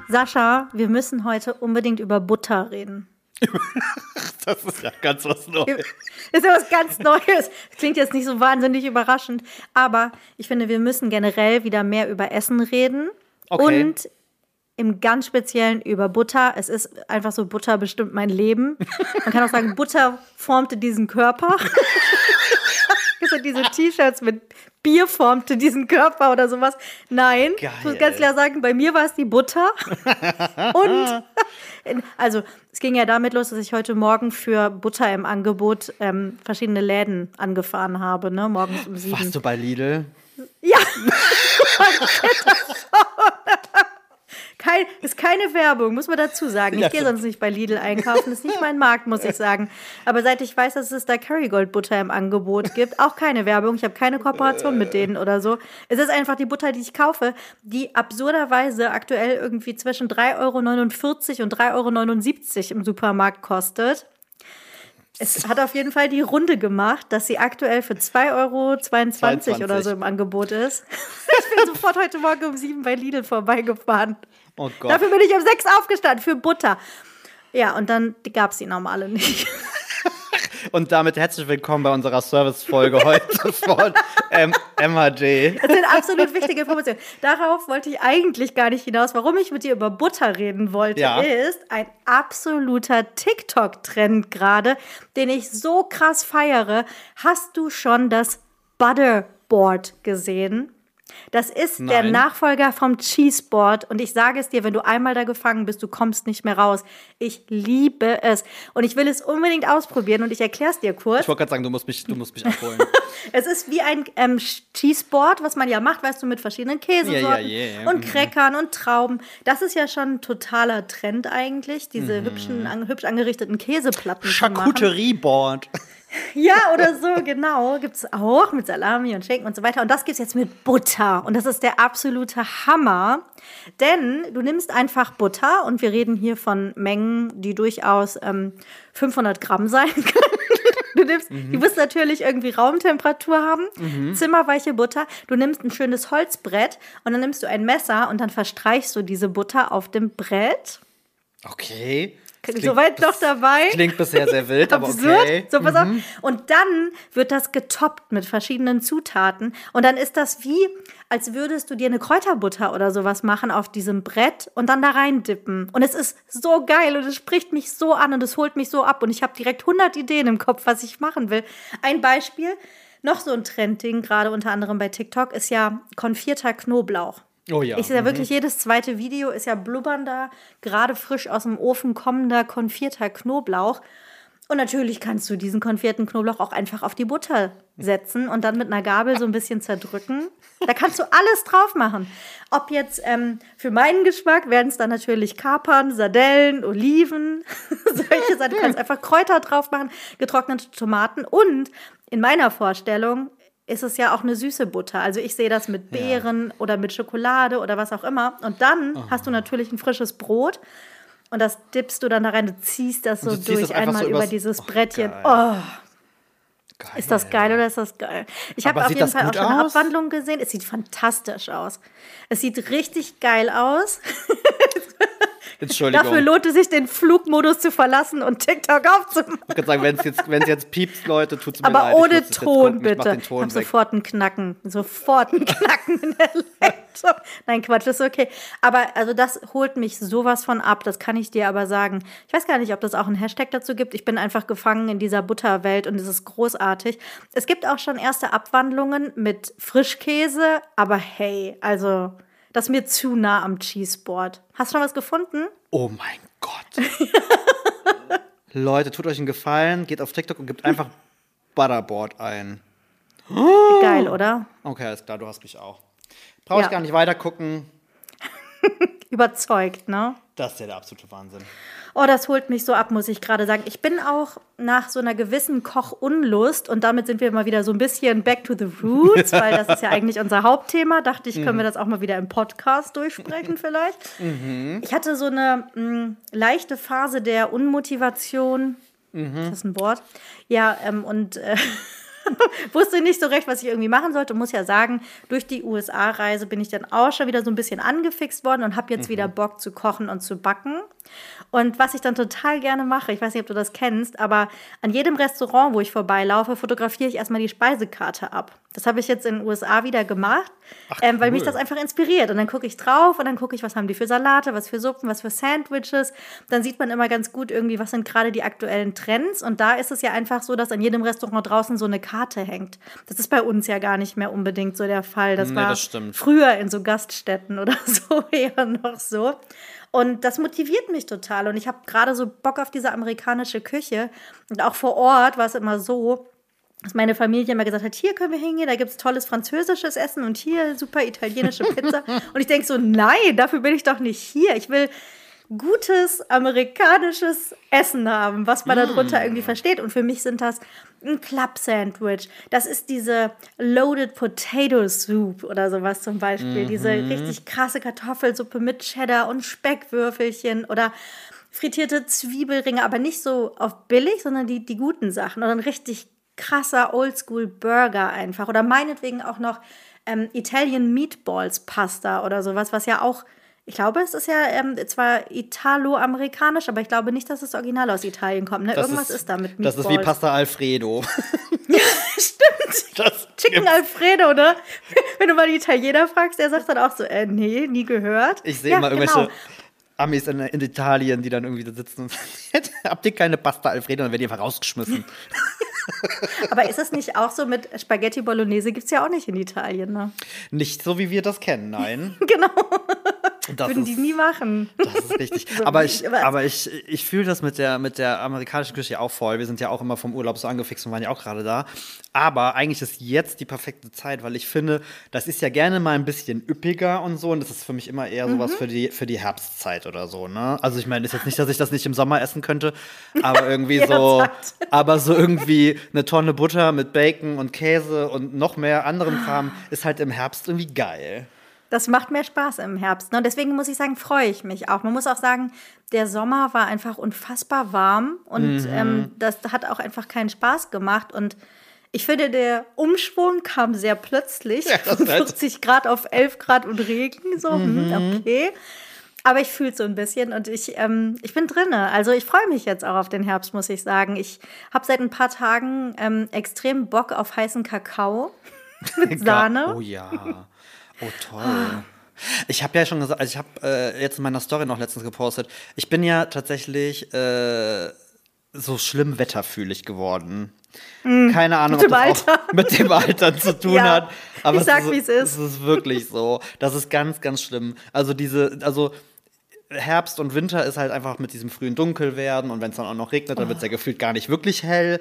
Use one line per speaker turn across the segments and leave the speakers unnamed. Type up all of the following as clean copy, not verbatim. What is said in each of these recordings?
Sascha, wir müssen heute unbedingt über Butter reden.
Das ist ja ganz was Neues.
Ist ja was ganz Neues. Klingt jetzt nicht so wahnsinnig überraschend, aber ich finde, wir müssen generell wieder mehr über Essen reden.
Okay.
Und im ganz Speziellen über Butter. Es ist einfach so, Butter bestimmt mein Leben. Man kann auch sagen, Butter formte diesen Körper. Es sind diese T-Shirts mit Bier formte diesen Körper oder sowas. Nein,
Geil.
ich muss ganz klar sagen, bei mir war es die Butter. Und also es ging ja damit los, dass ich heute Morgen für Butter im Angebot verschiedene Läden angefahren habe, ne? Morgens um 7.
Warst du bei Lidl?
Ja. Ist keine Werbung, muss man dazu sagen. Ich gehe sonst nicht bei Lidl einkaufen, das ist nicht mein Markt, muss ich sagen. Aber seit ich weiß, dass es da Kerrygold Butter im Angebot gibt, auch keine Werbung, ich habe keine Kooperation mit denen oder so. Es ist einfach die Butter, die ich kaufe, die absurderweise aktuell irgendwie zwischen 3,49 € und 3,79 € im Supermarkt kostet. Es hat auf jeden Fall die Runde gemacht, dass sie aktuell für 2,22 € oder so im Angebot ist. Ich bin sofort heute Morgen um 7 bei Lidl vorbeigefahren.
Oh Gott.
Dafür bin ich um 6 aufgestanden für Butter. Ja, und dann gab es die normale nicht.
Und damit herzlich willkommen bei unserer Service-Folge heute von MHD.
Das sind absolut wichtige Informationen. Darauf wollte ich eigentlich gar nicht hinaus. Warum ich mit dir über Butter reden wollte, ist ein absoluter TikTok-Trend gerade, den ich so krass feiere. Hast du schon das Butterboard gesehen? Das ist der Nachfolger vom Cheeseboard und ich sage es dir, wenn du einmal da gefangen bist, du kommst nicht mehr raus. Ich liebe es und ich will es unbedingt ausprobieren und ich erkläre es dir kurz.
Ich wollte gerade sagen, du musst mich abholen.
Es ist wie ein Cheeseboard, was man ja macht, weißt du, mit verschiedenen Käsesorten und Crackern und Trauben. Das ist ja schon ein totaler Trend eigentlich, diese hübsch angerichteten Käseplatten zu machen.
Charcuterieboard.
Ja, oder so, genau. Gibt es auch mit Salami und Schinken und so weiter. Und das gibt es jetzt mit Butter. Und das ist der absolute Hammer. Denn du nimmst einfach Butter und wir reden hier von Mengen, die durchaus 500 Gramm sein können. Du musst natürlich irgendwie Raumtemperatur haben, zimmerweiche Butter. Du nimmst ein schönes Holzbrett und dann nimmst du ein Messer und dann verstreichst du diese Butter auf dem Brett.
Okay.
Soweit noch dabei.
Klingt bisher sehr wild, aber okay.
So, pass auf. Und dann wird das getoppt mit verschiedenen Zutaten. Und dann ist das wie, als würdest du dir eine Kräuterbutter oder sowas machen auf diesem Brett und dann da rein dippen. Und es ist so geil und es spricht mich so an und es holt mich so ab. Und ich habe direkt 100 Ideen im Kopf, was ich machen will. Ein Beispiel, noch so ein Trendding, gerade unter anderem bei TikTok, ist ja konfierter Knoblauch.
Oh ja.
Ich sehe ja wirklich, jedes zweite Video ist ja blubbernder, gerade frisch aus dem Ofen kommender konfierter Knoblauch. Und natürlich kannst du diesen konfierten Knoblauch auch einfach auf die Butter setzen und dann mit einer Gabel so ein bisschen zerdrücken. Da kannst du alles drauf machen. Ob jetzt für meinen Geschmack werden es dann natürlich Kapern, Sardellen, Oliven, solche Sachen. Du kannst einfach Kräuter drauf machen, getrocknete Tomaten und in meiner Vorstellung ist es ja auch eine süße Butter. Also ich sehe das mit Beeren oder mit Schokolade oder was auch immer. Und dann hast du natürlich ein frisches Brot und das dippst du dann da rein. Du ziehst das so durch, einmal so über dieses Brettchen.
Geil.
Ist das geil oder ist das geil? Ich habe auf jeden Fall auch schon eine Abwandlung gesehen. Es sieht fantastisch aus. Es sieht richtig geil aus.
Entschuldigung.
Dafür lohnt es sich, den Flugmodus zu verlassen und TikTok aufzumachen.
Ich würde sagen, wenn es jetzt piepst, Leute, tut's mir leid.
Aber ohne Ton, bitte.
Ich mach den Ton weg.
Sofort ein Knacken. Sofort ein Knacken in der Leitung. Nein, Quatsch, das ist okay. Aber also das holt mich sowas von ab, das kann ich dir aber sagen. Ich weiß gar nicht, ob das auch einen Hashtag dazu gibt. Ich bin einfach gefangen in dieser Butterwelt und es ist großartig. Es gibt auch schon erste Abwandlungen mit Frischkäse, aber hey, also das ist mir zu nah am Cheeseboard. Hast du schon was gefunden?
Oh mein Gott. Leute, tut euch einen Gefallen, geht auf TikTok und gebt einfach Butterboard ein.
Geil, oder?
Okay, alles klar, du hast mich auch. Brauche ich gar nicht weiter gucken.
Überzeugt, ne?
Das ist ja der absolute Wahnsinn.
Oh, das holt mich so ab, muss ich gerade sagen. Ich bin auch nach so einer gewissen Kochunlust und damit sind wir mal wieder so ein bisschen back to the roots, weil das ist ja eigentlich unser Hauptthema. Dachte ich, können wir das auch mal wieder im Podcast durchsprechen vielleicht. Ich hatte so eine leichte Phase der Unmotivation. Ist das ein Wort? Ja, und Wusste nicht so recht, was ich irgendwie machen sollte. Muss ja sagen, durch die USA-Reise bin ich dann auch schon wieder so ein bisschen angefixt worden und habe jetzt wieder Bock zu kochen und zu backen. Und was ich dann total gerne mache, ich weiß nicht, ob du das kennst, aber an jedem Restaurant, wo ich vorbeilaufe, fotografiere ich erstmal die Speisekarte ab. Das habe ich jetzt in den USA wieder gemacht, weil mich das einfach inspiriert. Und dann gucke ich drauf und dann gucke ich, was haben die für Salate, was für Suppen, was für Sandwiches. Dann sieht man immer ganz gut irgendwie, was sind gerade die aktuellen Trends. Und da ist es ja einfach so, dass an jedem Restaurant draußen so eine Karte hängt. Das ist bei uns ja gar nicht mehr unbedingt so der Fall. Das war früher in so Gaststätten oder so eher noch so. Und das motiviert mich total. Und ich habe gerade so Bock auf diese amerikanische Küche. Und auch vor Ort war es immer so, dass meine Familie immer gesagt hat, hier können wir hingehen, da gibt es tolles französisches Essen und hier super italienische Pizza. Und ich denke so, nein, dafür bin ich doch nicht hier. Ich will gutes amerikanisches Essen haben, was man darunter irgendwie versteht. Und für mich sind das ein Club-Sandwich. Das ist diese Loaded Potato Soup oder sowas zum Beispiel. Diese richtig krasse Kartoffelsuppe mit Cheddar und Speckwürfelchen oder frittierte Zwiebelringe, aber nicht so auf billig, sondern die guten Sachen. Oder ein richtig krasser Oldschool-Burger einfach. Oder meinetwegen auch noch Italian Meatballs Pasta oder sowas, was ja auch, ich glaube, es ist ja zwar italo-amerikanisch, aber ich glaube nicht, dass das Original aus Italien kommt. Ne? Irgendwas ist da mit Meatballs.
Das ist wie Pasta Alfredo.
Ja, stimmt. Chicken Alfredo, ne? Wenn du mal die Italiener fragst, der sagt dann auch so, nee, nie gehört.
Ich sehe immer irgendwelche Amis in Italien, die dann irgendwie da sitzen und sagen, habt ihr keine Pasta Alfredo? Und dann werdet ihr einfach rausgeschmissen.
Aber ist das nicht auch so mit Spaghetti Bolognese? Gibt es ja auch nicht in Italien, ne?
Nicht so, wie wir das kennen, nein.
Genau.
Das
würden die nie machen.
Das ist richtig.
So
aber ich fühle das mit der amerikanischen Küche auch voll. Wir sind ja auch immer vom Urlaub so angefixt und waren ja auch gerade da. Aber eigentlich ist jetzt die perfekte Zeit, weil ich finde, das ist ja gerne mal ein bisschen üppiger und so. Und das ist für mich immer eher sowas für die Herbstzeit oder so, ne? Also ich meine, ist jetzt nicht, dass ich das nicht im Sommer essen könnte, aber irgendwie so irgendwie eine Tonne Butter mit Bacon und Käse und noch mehr anderem Kram ist halt im Herbst irgendwie geil.
Das macht mehr Spaß im Herbst. Ne? Und deswegen muss ich sagen, freue ich mich auch. Man muss auch sagen, der Sommer war einfach unfassbar warm und das hat auch einfach keinen Spaß gemacht. Und ich finde, der Umschwung kam sehr plötzlich. Ja, von 40 Grad auf 11 Grad und Regen. So, okay. Aber ich fühle es so ein bisschen und ich bin drinne. Also ich freue mich jetzt auch auf den Herbst, muss ich sagen. Ich habe seit ein paar Tagen extrem Bock auf heißen Kakao mit Sahne.
Oh ja. Oh, toll. Ich habe ja schon gesagt, also ich habe jetzt in meiner Story noch letztens gepostet, ich bin ja tatsächlich so schlimm wetterfühlig geworden. Keine Ahnung, ob das auch mit dem Alter zu tun hat. Aber
wie es ist.
Es ist wirklich so. Das ist ganz, ganz schlimm. Also Herbst und Winter ist halt einfach mit diesem frühen Dunkelwerden und wenn es dann auch noch regnet, dann wird es ja gefühlt gar nicht wirklich hell.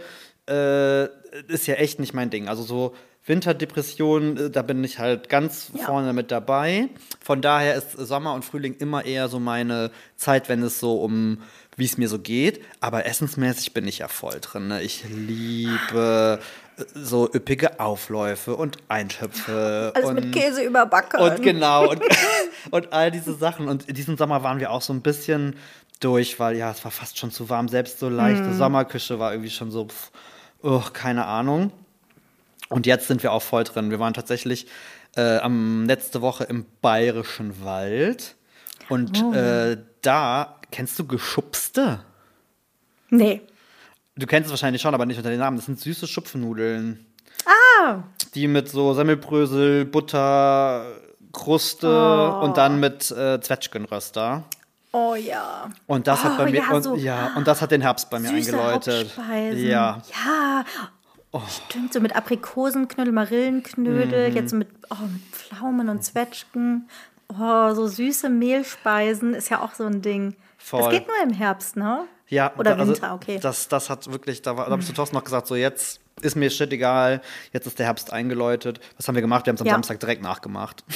Ist ja echt nicht mein Ding. Also so Winterdepression, da bin ich halt ganz vorne mit dabei. Von daher ist Sommer und Frühling immer eher so meine Zeit, wenn es so wie es mir so geht. Aber essensmäßig bin ich ja voll drin. Ne? Ich liebe so üppige Aufläufe und Eintöpfe.
Alles mit Käse überbacken.
Und genau. Und all diese Sachen. Und in diesem Sommer waren wir auch so ein bisschen durch, weil ja, es war fast schon zu warm. Selbst so leichte Sommerküche war irgendwie schon so, keine Ahnung. Und jetzt sind wir auch voll drin. Wir waren tatsächlich letzte Woche im Bayerischen Wald. Und da, kennst du Geschubste?
Nee.
Du kennst es wahrscheinlich schon, aber nicht unter den Namen. Das sind süße Schupfnudeln.
Ah!
Die mit so Semmelbrösel, Butter, Kruste und dann mit Zwetschgenröster.
Oh ja.
Und das hat bei mir und das hat den Herbst bei mir eingeläutet.
Hauptspeisen.
Ja.
Ja. Stimmt, so mit Aprikosenknödel, Marillenknödel, jetzt mit Pflaumen und Zwetschgen. Oh, so süße Mehlspeisen ist ja auch so ein Ding.
Voll.
Das geht nur im Herbst, ne?
Ja.
Oder Winter, okay.
Das hat wirklich, da habe ich zu Thorsten noch gesagt, so jetzt ist mir shit egal, jetzt ist der Herbst eingeläutet. Was haben wir gemacht? Wir haben es am Samstag direkt nachgemacht.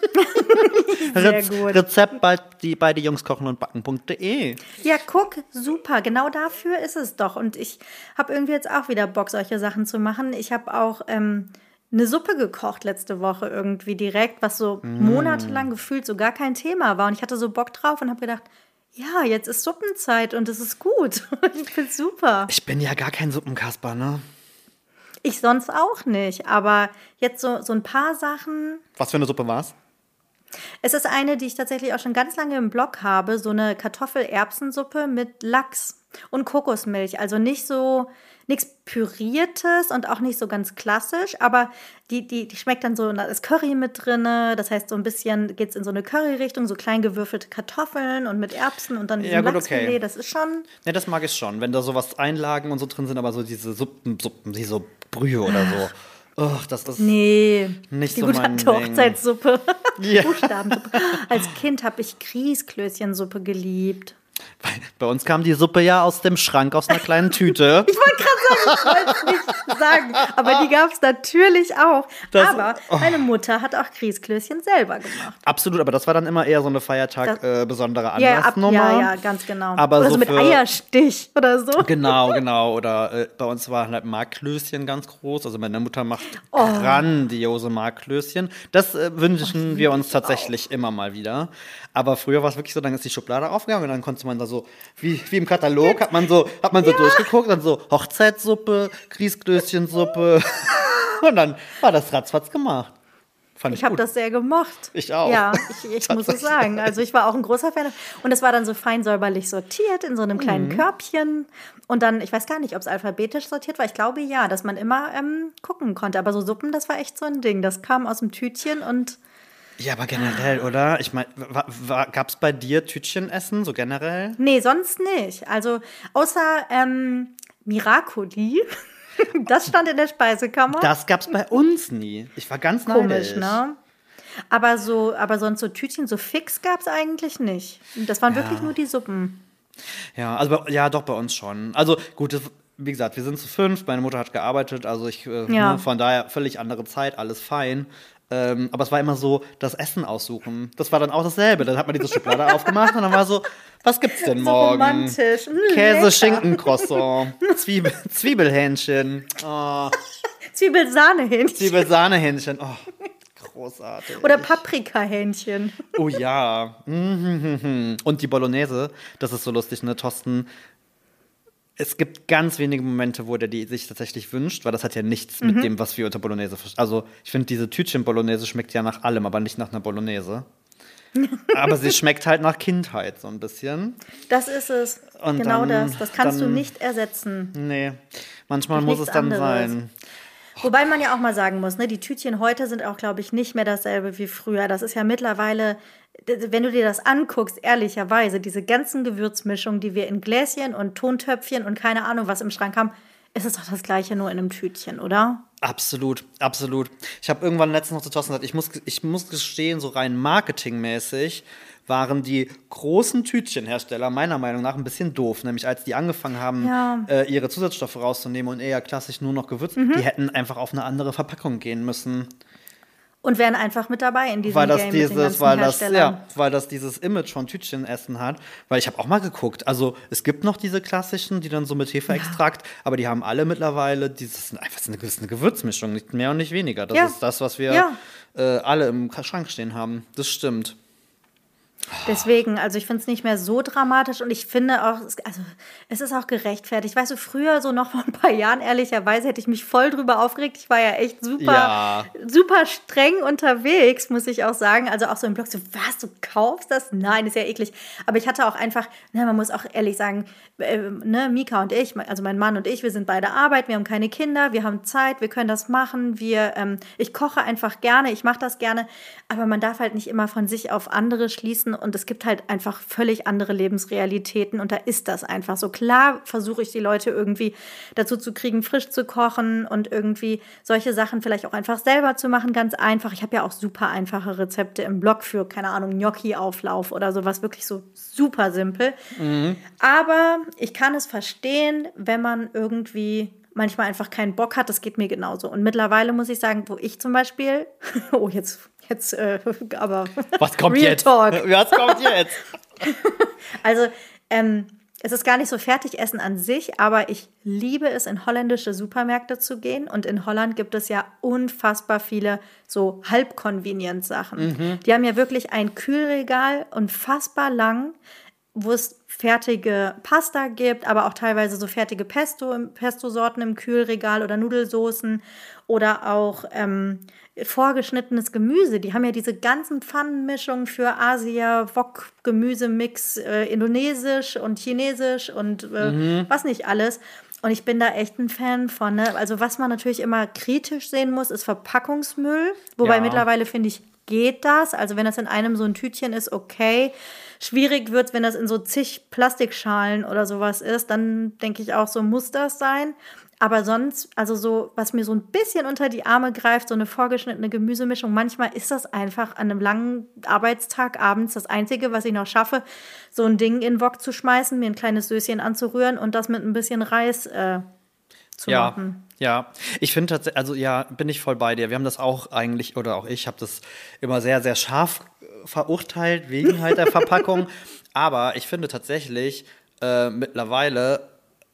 Sehr gut.
Rezept bei diejungskochen-und-backen.de.
Ja, guck, super. Genau dafür ist es doch. Und ich habe irgendwie jetzt auch wieder Bock, solche Sachen zu machen. Ich habe auch eine Suppe gekocht letzte Woche irgendwie direkt, was so monatelang gefühlt so gar kein Thema war. Und ich hatte so Bock drauf und habe gedacht, ja, jetzt ist Suppenzeit und es ist gut. Ich find's super.
Ich bin ja gar kein Suppenkasper, ne?
Ich sonst auch nicht, aber jetzt so ein paar Sachen.
Was für eine Suppe war's?
Es ist eine, die ich tatsächlich auch schon ganz lange im Blog habe, so eine Kartoffel-Erbsensuppe mit Lachs und Kokosmilch. Also nicht so, nichts Püriertes und auch nicht so ganz klassisch, aber die schmeckt dann so, da ist Curry mit drin, das heißt so ein bisschen geht es in so eine Curry-Richtung, so klein gewürfelte Kartoffeln und mit Erbsen und dann diesem Lachsfilet, okay. Das ist schon...
Ja, das mag ich schon, wenn da sowas Einlagen und so drin sind, aber so diese Suppen, die so Brühe oder so. Oh, das ist nicht so mein
Ding. Die gute Hochzeitssuppe.
Ja.
Buchstabensuppe. Als Kind habe ich Grießklößchensuppe geliebt.
Bei uns kam die Suppe ja aus dem Schrank, aus einer kleinen Tüte.
Ich wollte gerade sagen, ich wollte es nicht sagen, aber die gab es natürlich auch. Meine Mutter hat auch Grießklößchen selber gemacht.
Absolut, aber das war dann immer eher so eine besondere Anlassnummer.
Ja, ganz genau.
Aber
oder
so
mit Eierstich oder so.
Genau. Oder bei uns war halt Markklößchen ganz groß. Also meine Mutter macht grandiose Markklößchen. Das wünschen wir uns tatsächlich immer mal wieder. Aber früher war es wirklich so, dann ist die Schublade aufgegangen und dann konnte man da so, wie im Katalog, hat man so durchgeguckt, dann so Hochzeitssuppe, Grießklößchensuppe und dann war das ratzfatz gemacht.
Ich habe das sehr gemocht.
Ich auch.
Ja, ich muss es sagen. Also ich war auch ein großer Fan. Und es war dann so fein säuberlich sortiert in so einem kleinen Körbchen. Und dann, ich weiß gar nicht, ob es alphabetisch sortiert war. Ich glaube ja, dass man immer gucken konnte. Aber so Suppen, das war echt so ein Ding. Das kam aus dem Tütchen und...
Ja, aber generell, oder? Ich meine, gab es bei dir Tütchenessen, so generell?
Nee, sonst nicht. Also außer Miracoli, das stand in der Speisekammer.
Das gab's bei uns nie. Ich war ganz neidisch.
Komisch, ne? Aber sonst so Tütchen, so fix gab's eigentlich nicht. Das waren wirklich nur die Suppen.
Ja, also doch bei uns schon. Also gut, wie gesagt, wir sind zu 5, meine Mutter hat gearbeitet, also von daher völlig andere Zeit, alles fein. Aber es war immer so, das Essen aussuchen. Das war dann auch dasselbe. Dann hat man diese Schublade aufgemacht und dann war so, was gibt's denn morgen?
So romantisch.
Käse, Schinken, Croissant, Zwiebelhähnchen. Oh.
Zwiebelsahnehähnchen.
Oh, großartig.
Oder Paprikahähnchen.
Oh ja. Und die Bolognese, das ist so lustig, ne, Thorsten? Es gibt ganz wenige Momente, wo der die sich tatsächlich wünscht, weil das hat ja nichts mit dem, was wir unter Bolognese verstehen. Also ich finde, diese Tütchen-Bolognese schmeckt ja nach allem, aber nicht nach einer Bolognese. Aber sie schmeckt halt nach Kindheit so ein bisschen.
Das ist es. Und genau das. Das kannst du nicht ersetzen.
Nee, manchmal muss es dann sein.
Wobei man ja auch mal sagen muss, ne, die Tütchen heute sind auch, glaube ich, nicht mehr dasselbe wie früher. Das ist ja mittlerweile, wenn du dir das anguckst, ehrlicherweise, diese ganzen Gewürzmischungen, die wir in Gläschen und Tontöpfchen und keine Ahnung was im Schrank haben, ist es doch das Gleiche, nur in einem Tütchen, oder?
Absolut. Ich habe irgendwann letztens noch zu Thorsten gesagt, ich muss gestehen, so rein marketingmäßig waren die großen Tütchenhersteller meiner Meinung nach ein bisschen doof. Nämlich als die angefangen haben, ihre Zusatzstoffe rauszunehmen und eher klassisch nur noch Gewürz, die hätten einfach auf eine andere Verpackung gehen müssen.
Und wären einfach mit dabei in diesem Game mit den ganzen Herstellern.
Weil das dieses Image von Tütchenessen hat. Weil ich habe auch mal geguckt, also es gibt noch diese klassischen, die dann so mit Hefeextrakt, aber die haben alle mittlerweile eine Gewürzmischung, nicht mehr und nicht weniger. Das ist das, was wir alle im Schrank stehen haben. Das stimmt.
Deswegen, also ich finde es nicht mehr so dramatisch und ich finde auch, es ist auch gerechtfertigt. Weißt du, früher, so noch vor ein paar Jahren, ehrlicherweise, hätte ich mich voll drüber aufgeregt. Ich war ja echt super streng unterwegs, muss ich auch sagen. Also auch so im Blog, so, was, du kaufst das? Nein, ist ja eklig. Aber ich hatte auch einfach, man muss auch ehrlich sagen, Mika und ich, also mein Mann und ich, wir sind beide Arbeit, wir haben keine Kinder, wir haben Zeit, wir können das machen. Ich koche einfach gerne, ich mache das gerne, aber man darf halt nicht immer von sich auf andere schließen. Und es gibt halt einfach völlig andere Lebensrealitäten und da ist das einfach so. Klar versuche ich die Leute irgendwie dazu zu kriegen, frisch zu kochen und irgendwie solche Sachen vielleicht auch einfach selber zu machen, ganz einfach. Ich habe ja auch super einfache Rezepte im Blog für, keine Ahnung, Gnocchi-Auflauf oder sowas, wirklich so super simpel. Aber ich kann es verstehen, wenn man irgendwie manchmal einfach keinen Bock hat, das geht mir genauso. Und mittlerweile muss ich sagen, wo ich zum Beispiel, aber
was kommt
Real
jetzt?
Talk.
Was kommt jetzt?
Also, es ist gar nicht so Fertigessen an sich, aber ich liebe es, in holländische Supermärkte zu gehen. Und in Holland gibt es ja unfassbar viele so Halb-Convenience-Sachen. Die haben ja wirklich ein Kühlregal, unfassbar lang, wo es fertige Pasta gibt, aber auch teilweise so fertige Pesto-Sorten im Kühlregal oder Nudelsoßen oder auch vorgeschnittenes Gemüse. Die haben ja diese ganzen Pfannenmischungen für Asia, Wok, Gemüsemix, indonesisch und chinesisch und was nicht alles. Und ich bin da echt ein Fan von. Ne? Also was man natürlich immer kritisch sehen muss, ist Verpackungsmüll. Wobei mittlerweile, finde ich, geht das. Also wenn das in einem so ein Tütchen ist, okay. Schwierig wird es, wenn das in so zig Plastikschalen oder sowas ist. Dann denke ich auch, so muss das sein. Aber sonst, also so, was mir so ein bisschen unter die Arme greift, so eine vorgeschnittene Gemüsemischung, manchmal ist das einfach an einem langen Arbeitstag abends das Einzige, was ich noch schaffe, so ein Ding in den Wok zu schmeißen, mir ein kleines Söschen anzurühren und das mit ein bisschen Reis zu machen.
Ja, ich finde tatsächlich, also ja, bin ich voll bei dir. Wir haben das auch eigentlich, oder auch ich habe das immer sehr, sehr scharf verurteilt, wegen halt der Verpackung. Aber ich finde tatsächlich mittlerweile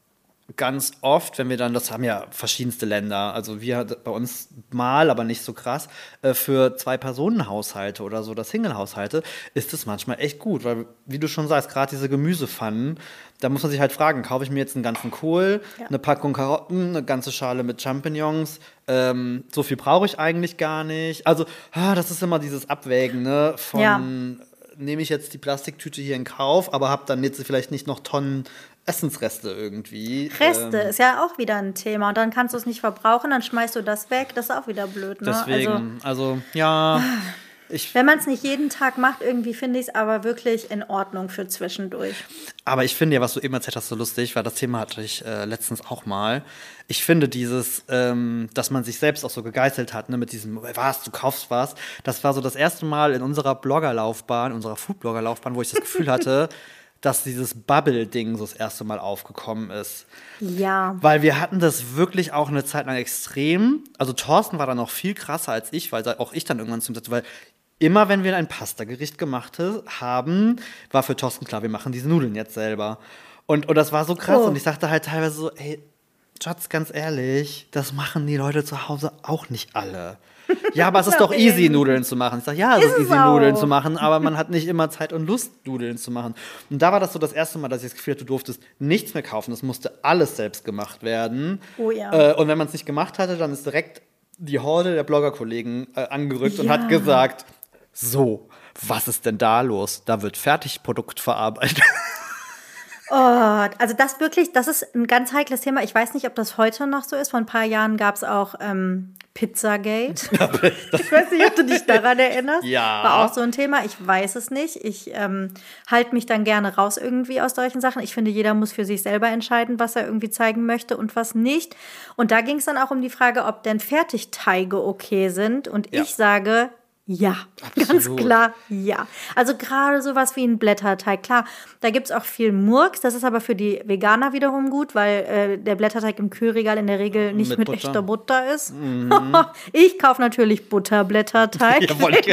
ganz oft, wenn wir dann, das haben ja verschiedenste Länder, also wir bei uns mal, aber nicht so krass, für 2-Personen-Haushalte oder so, oder Single-Haushalte, ist es manchmal echt gut, weil, wie du schon sagst, gerade diese Gemüsepfannen, da muss man sich halt fragen, kaufe ich mir jetzt einen ganzen Kohl, eine Packung Karotten, eine ganze Schale mit Champignons, so viel brauche ich eigentlich gar nicht. Also, das ist immer dieses Abwägen, ne, von nehme ich jetzt die Plastiktüte hier in Kauf, aber habe dann jetzt vielleicht nicht noch Tonnen Essensreste irgendwie.
Reste ist ja auch wieder ein Thema. Und dann kannst du es nicht verbrauchen, dann schmeißt du das weg. Das ist auch wieder blöd, ne?
Deswegen, ja.
Wenn man es nicht jeden Tag macht, irgendwie finde ich es aber wirklich in Ordnung für zwischendurch.
Aber ich finde ja, was du eben erzählt hast, so lustig, weil das Thema hatte ich letztens auch mal. Ich finde dieses, dass man sich selbst auch so gegeißelt hat, ne, mit diesem, was, du kaufst was. Das war so das erste Mal in unserer Bloggerlaufbahn, unserer Food-Blogger-Laufbahn, wo ich das Gefühl hatte, dass dieses Bubble-Ding so das erste Mal aufgekommen ist.
Ja.
Weil wir hatten das wirklich auch eine Zeit lang extrem. Also Thorsten war da noch viel krasser als ich, weil auch ich dann irgendwann zu ihm sagte, weil immer wenn wir ein Pasta-Gericht gemacht haben, war für Thorsten klar, wir machen diese Nudeln jetzt selber. Und das war so krass. Und ich sagte halt teilweise so, ey, Schatz, ganz ehrlich, das machen die Leute zu Hause auch nicht alle. Ja, aber es ist doch easy, Nudeln zu machen. Ich sage, ja, es ist easy, Nudeln zu machen, aber man hat nicht immer Zeit und Lust, Nudeln zu machen. Und da war das so das erste Mal, dass ich das Gefühl hatte, du durftest nichts mehr kaufen. Das musste alles selbst gemacht werden.
Oh ja.
Und wenn man es nicht gemacht hatte, dann ist direkt die Horde der Bloggerkollegen angerückt und hat gesagt, so, was ist denn da los? Da wird Fertigprodukt verarbeitet.
Oh, also das ist ein ganz heikles Thema. Ich weiß nicht, ob das heute noch so ist. Vor ein paar Jahren gab es auch Pizzagate. Ich weiß nicht, ob du dich daran erinnerst.
Ja.
War auch so ein Thema. Ich weiß es nicht. Ich halte mich dann gerne raus irgendwie aus solchen Sachen. Ich finde, jeder muss für sich selber entscheiden, was er irgendwie zeigen möchte und was nicht. Und da ging es dann auch um die Frage, ob denn Fertigteige okay sind. Und ich sage, ja, ganz klar, ja. Also gerade sowas wie ein Blätterteig, klar, da gibt es auch viel Murks, das ist aber für die Veganer wiederum gut, weil der Blätterteig im Kühlregal in der Regel nicht mit echter Butter ist. Mhm. Ich kaufe natürlich Butterblätterteig.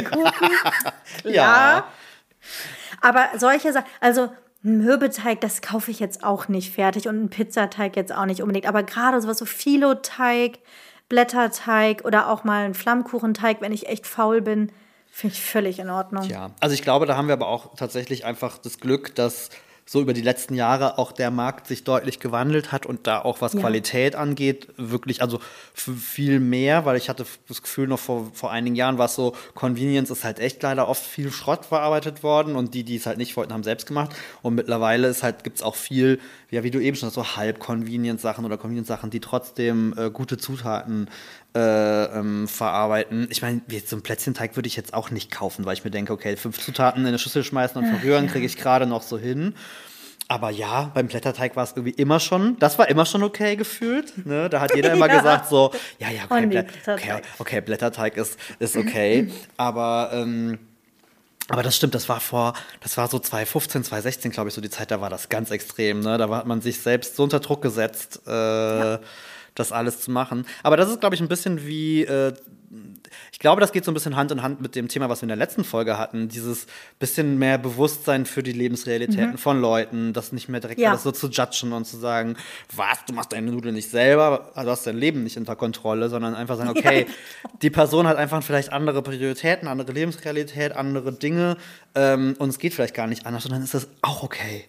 Ja. Aber solche Sachen, also ein Mürbeteig, das kaufe ich jetzt auch nicht fertig und ein Pizzateig jetzt auch nicht unbedingt, aber gerade sowas so Filoteig, Blätterteig oder auch mal einen Flammkuchenteig, wenn ich echt faul bin, finde ich völlig in Ordnung.
Ja, also ich glaube, da haben wir aber auch tatsächlich einfach das Glück, dass so über die letzten Jahre auch der Markt sich deutlich gewandelt hat und da auch was Qualität angeht, wirklich, also viel mehr, weil ich hatte das Gefühl, noch vor einigen Jahren war es so, Convenience ist halt echt leider oft viel Schrott verarbeitet worden und die es halt nicht wollten, haben selbst gemacht und mittlerweile gibt es auch viel, ja, wie du eben schon hast, so Halb-Convenience-Sachen oder Convenience-Sachen, die trotzdem gute Zutaten verarbeiten. Ich meine, so ein Plätzchenteig würde ich jetzt auch nicht kaufen, weil ich mir denke, okay, 5 Zutaten in eine Schüssel schmeißen und verrühren kriege ich gerade noch so hin. Aber ja, beim Blätterteig war es irgendwie immer schon, das war immer schon okay gefühlt. Ne? Da hat jeder immer gesagt so, okay, Blätterteig ist okay. Aber das stimmt, das war so 2015, 2016, glaube ich, so die Zeit, da war das ganz extrem. Ne? Da hat man sich selbst so unter Druck gesetzt, das alles zu machen. Aber das ist, glaube ich, ein bisschen wie ich glaube, das geht so ein bisschen Hand in Hand mit dem Thema, was wir in der letzten Folge hatten. Dieses bisschen mehr Bewusstsein für die Lebensrealitäten von Leuten, das nicht mehr direkt alles so zu judgen und zu sagen, was, du machst deine Nudeln nicht selber, du hast dein Leben nicht unter Kontrolle, sondern einfach sagen, okay, die Person hat einfach vielleicht andere Prioritäten, andere Lebensrealität, andere Dinge und es geht vielleicht gar nicht anders, sondern ist das auch okay.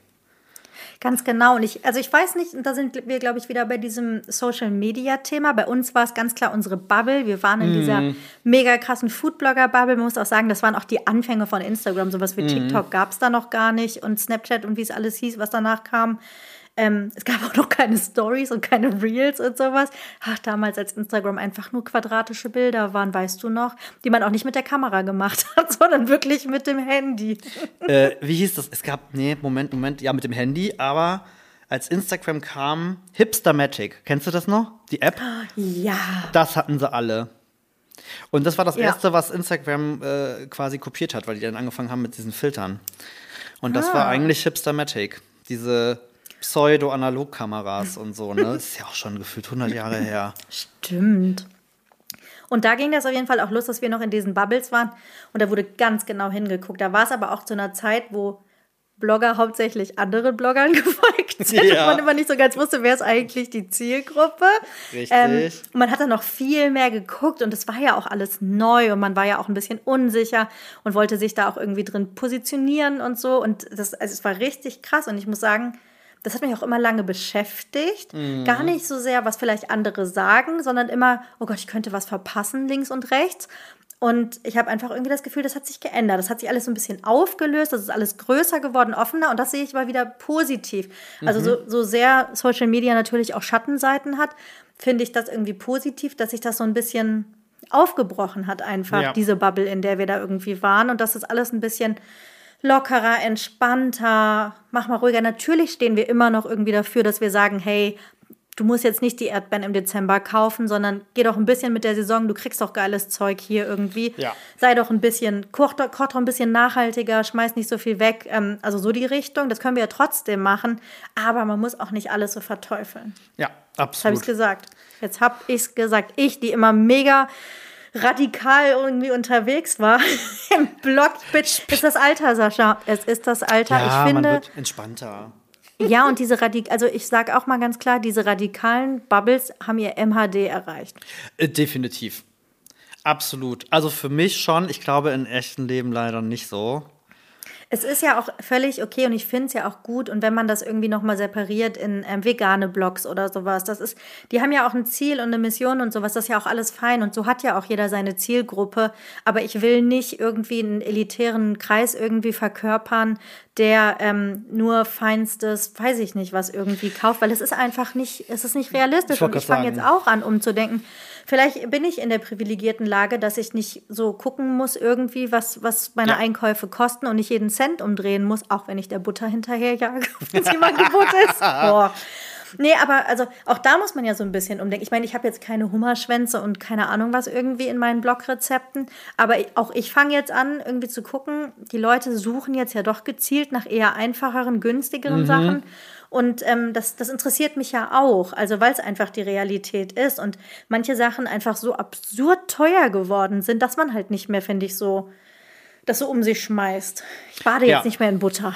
Ganz genau. Und ich weiß nicht, und da sind wir, glaube ich, wieder bei diesem Social-Media-Thema. Bei uns war es ganz klar unsere Bubble. Wir waren in dieser mega krassen Foodblogger-Bubble. Man muss auch sagen, das waren auch die Anfänge von Instagram. Sowas wie TikTok gab es da noch gar nicht. Und Snapchat und wie es alles hieß, was danach kam. Es gab auch noch keine Stories und keine Reels und sowas. Ach, damals, als Instagram einfach nur quadratische Bilder waren, weißt du noch, die man auch nicht mit der Kamera gemacht hat, sondern wirklich mit dem Handy.
Wie hieß das? Es gab, Moment, ja, mit dem Handy, aber als Instagram kam, Hipstermatic, kennst du das noch? Die App?
Ja.
Das hatten sie alle. Und das war das Erste, was Instagram quasi kopiert hat, weil die dann angefangen haben mit diesen Filtern. Und das war eigentlich Hipstermatic. Diese Pseudo-Analog-Kameras und so, ne? Das ist ja auch schon gefühlt 100 Jahre her.
Stimmt. Und da ging das auf jeden Fall auch los, dass wir noch in diesen Bubbles waren. Und da wurde ganz genau hingeguckt. Da war es aber auch zu einer Zeit, wo Blogger hauptsächlich anderen Bloggern gefolgt sind. Ja. Und man immer nicht so ganz wusste, wer ist eigentlich die Zielgruppe.
Richtig.
Und man hat dann noch viel mehr geguckt. Und es war ja auch alles neu. Und man war ja auch ein bisschen unsicher und wollte sich da auch irgendwie drin positionieren und so. Und es war richtig krass. Und ich muss sagen, das hat mich auch immer lange beschäftigt. Gar nicht so sehr, was vielleicht andere sagen, sondern immer, oh Gott, ich könnte was verpassen, links und rechts. Und ich habe einfach irgendwie das Gefühl, das hat sich geändert. Das hat sich alles so ein bisschen aufgelöst, das ist alles größer geworden, offener. Und das sehe ich mal wieder positiv. Also so sehr Social Media natürlich auch Schattenseiten hat, finde ich das irgendwie positiv, dass sich das so ein bisschen aufgebrochen hat einfach, diese Bubble, in der wir da irgendwie waren. Und dass das alles ein bisschen lockerer, entspannter, mach mal ruhiger. Natürlich stehen wir immer noch irgendwie dafür, dass wir sagen, hey, du musst jetzt nicht die Erdbeeren im Dezember kaufen, sondern geh doch ein bisschen mit der Saison, du kriegst doch geiles Zeug hier irgendwie. Ja. Sei doch ein bisschen, koch doch ein bisschen nachhaltiger, schmeiß nicht so viel weg. Also so die Richtung, das können wir ja trotzdem machen, aber man muss auch nicht alles so verteufeln.
Ja, absolut.
Das habe ich gesagt. Jetzt habe ich es gesagt. Ich, die immer mega radikal irgendwie unterwegs war im Blog. Ist das Alter, Sascha? Es ist das Alter.
Ja,
ich finde,
man wird entspannter.
Ja, und also ich sage auch mal ganz klar, diese radikalen Bubbles haben ihr MHD erreicht.
Definitiv. Absolut. Also für mich schon. Ich glaube, im echten Leben leider nicht so.
Es ist ja auch völlig okay und ich finde es ja auch gut und wenn man das irgendwie nochmal separiert in vegane Blogs oder sowas, die haben ja auch ein Ziel und eine Mission und sowas, das ist ja auch alles fein und so hat ja auch jeder seine Zielgruppe, aber ich will nicht irgendwie einen elitären Kreis irgendwie verkörpern, der nur feinstes, weiß ich nicht, was irgendwie kauft, weil es ist einfach nicht, es ist nicht realistisch und ich fange jetzt auch an, umzudenken. Vielleicht bin ich in der privilegierten Lage, dass ich nicht so gucken muss irgendwie, was meine Einkäufe kosten und nicht jeden Cent umdrehen muss, auch wenn ich der Butter hinterherjage, wenn sie im Angebot ist. Boah. Nee, aber also auch da muss man ja so ein bisschen umdenken. Ich meine, ich habe jetzt keine Hummerschwänze und keine Ahnung was irgendwie in meinen Blogrezepten, aber auch ich fange jetzt an, irgendwie zu gucken, die Leute suchen jetzt ja doch gezielt nach eher einfacheren, günstigeren Sachen. Und das interessiert mich ja auch, also weil es einfach die Realität ist und manche Sachen einfach so absurd teuer geworden sind, dass man halt nicht mehr, finde ich, so das so um sich schmeißt. Ich bade jetzt nicht mehr in Butter.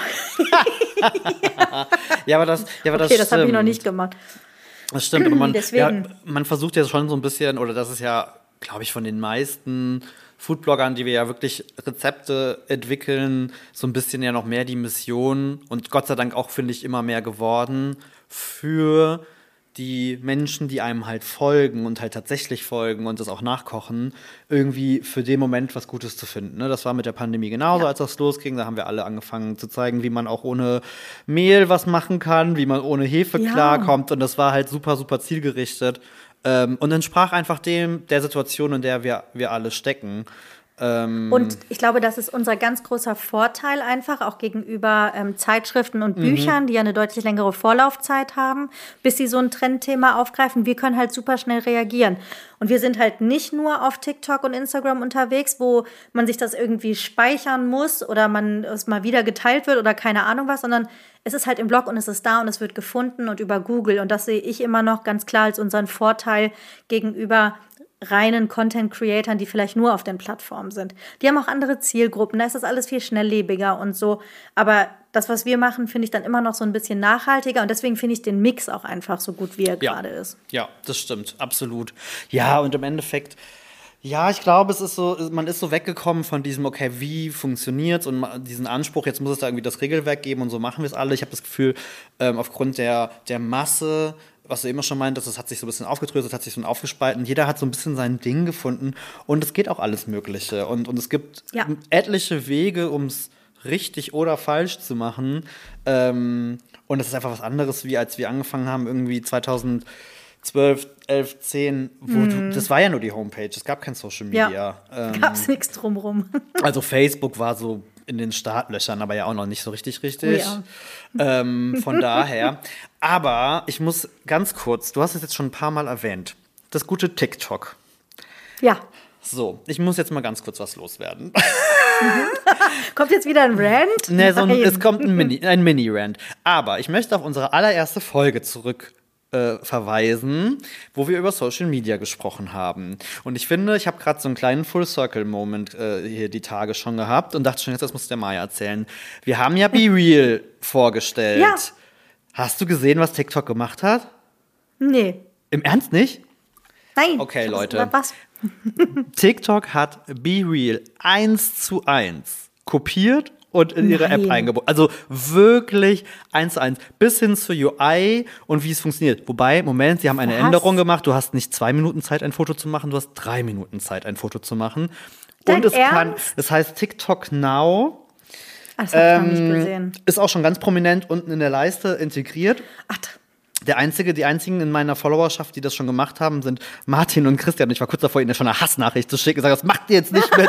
aber das
okay, das habe ich noch nicht gemacht.
Das stimmt, aber
Deswegen.
Man versucht ja schon so ein bisschen, oder das ist ja, glaube ich, von den meisten Foodbloggern, die wir ja wirklich Rezepte entwickeln, so ein bisschen ja noch mehr die Mission und Gott sei Dank auch, finde ich, immer mehr geworden für die Menschen, die einem halt folgen und halt tatsächlich folgen und das auch nachkochen, irgendwie für den Moment was Gutes zu finden. Ne? Das war mit der Pandemie genauso, als das losging. Da haben wir alle angefangen zu zeigen, wie man auch ohne Mehl was machen kann, wie man ohne Hefe klarkommt. Und das war halt super, super zielgerichtet. Und entsprach einfach der Situation, in der wir alle stecken.
Und ich glaube, das ist unser ganz großer Vorteil einfach, auch gegenüber Zeitschriften und Büchern, die ja eine deutlich längere Vorlaufzeit haben, bis sie so ein Trendthema aufgreifen. Wir können halt super schnell reagieren. Und wir sind halt nicht nur auf TikTok und Instagram unterwegs, wo man sich das irgendwie speichern muss oder es mal wieder geteilt wird oder keine Ahnung was, sondern es ist halt im Blog und es ist da und es wird gefunden und über Google. Und das sehe ich immer noch ganz klar als unseren Vorteil gegenüber reinen Content-Creatern, die vielleicht nur auf den Plattformen sind. Die haben auch andere Zielgruppen, da ist das alles viel schnelllebiger und so. Aber das, was wir machen, finde ich dann immer noch so ein bisschen nachhaltiger und deswegen finde ich den Mix auch einfach so gut, wie er gerade ist.
Ja, das stimmt, absolut. Ja, und im Endeffekt, ja, ich glaube, es ist so, man ist so weggekommen von diesem, okay, wie funktioniert's und diesen Anspruch, jetzt muss es da irgendwie das Regelwerk geben und so machen wir es alle. Ich habe das Gefühl, aufgrund der Masse, was du eben schon meintest, das hat sich so ein bisschen aufgedröselt, hat sich so aufgespalten. Jeder hat so ein bisschen sein Ding gefunden und es geht auch alles Mögliche. Und es gibt etliche Wege, um es richtig oder falsch zu machen. Und es ist einfach was anderes, wie als wir angefangen haben, irgendwie 2012, 11, 10, das war ja nur die Homepage, es gab kein Social Media.
Ja, gab's nichts drumrum.
Also Facebook war so in den Startlöchern, aber ja auch noch nicht so richtig. Oh ja. Von daher. Aber ich muss ganz kurz, du hast es jetzt schon ein paar Mal erwähnt, das gute TikTok.
Ja.
So, ich muss jetzt mal ganz kurz was loswerden.
Kommt jetzt wieder ein Rant?
Nee, es kommt ein Mini-Rant. Aber ich möchte auf unsere allererste Folge zurück verweisen, wo wir über Social Media gesprochen haben. Und ich finde, ich habe gerade so einen kleinen Full-Circle-Moment hier die Tage schon gehabt und dachte schon, jetzt das muss der Maya erzählen. Wir haben ja Be Real vorgestellt.
Ja.
Hast du gesehen, was TikTok gemacht hat?
Nee.
Im Ernst nicht?
Nein.
Okay, Leute.
Was?
TikTok hat Be Real 1:1 kopiert und in ihre App eingebaut. Also wirklich 1:1. Bis hin zur UI und wie es funktioniert. Wobei, Moment, sie haben eine Änderung gemacht. Du hast nicht 2 Minuten Zeit, ein Foto zu machen. Du hast 3 Minuten Zeit, ein Foto zu machen. Und es heißt TikTok Now.
Das habe ich noch nicht gesehen.
Ist auch schon ganz prominent unten in der Leiste integriert.
Ach,
die einzigen in meiner Followerschaft, die das schon gemacht haben, sind Martin und Christian. Ich war kurz davor, ihnen schon eine Hassnachricht zu schicken. Ich sage, das macht ihr jetzt nicht mit.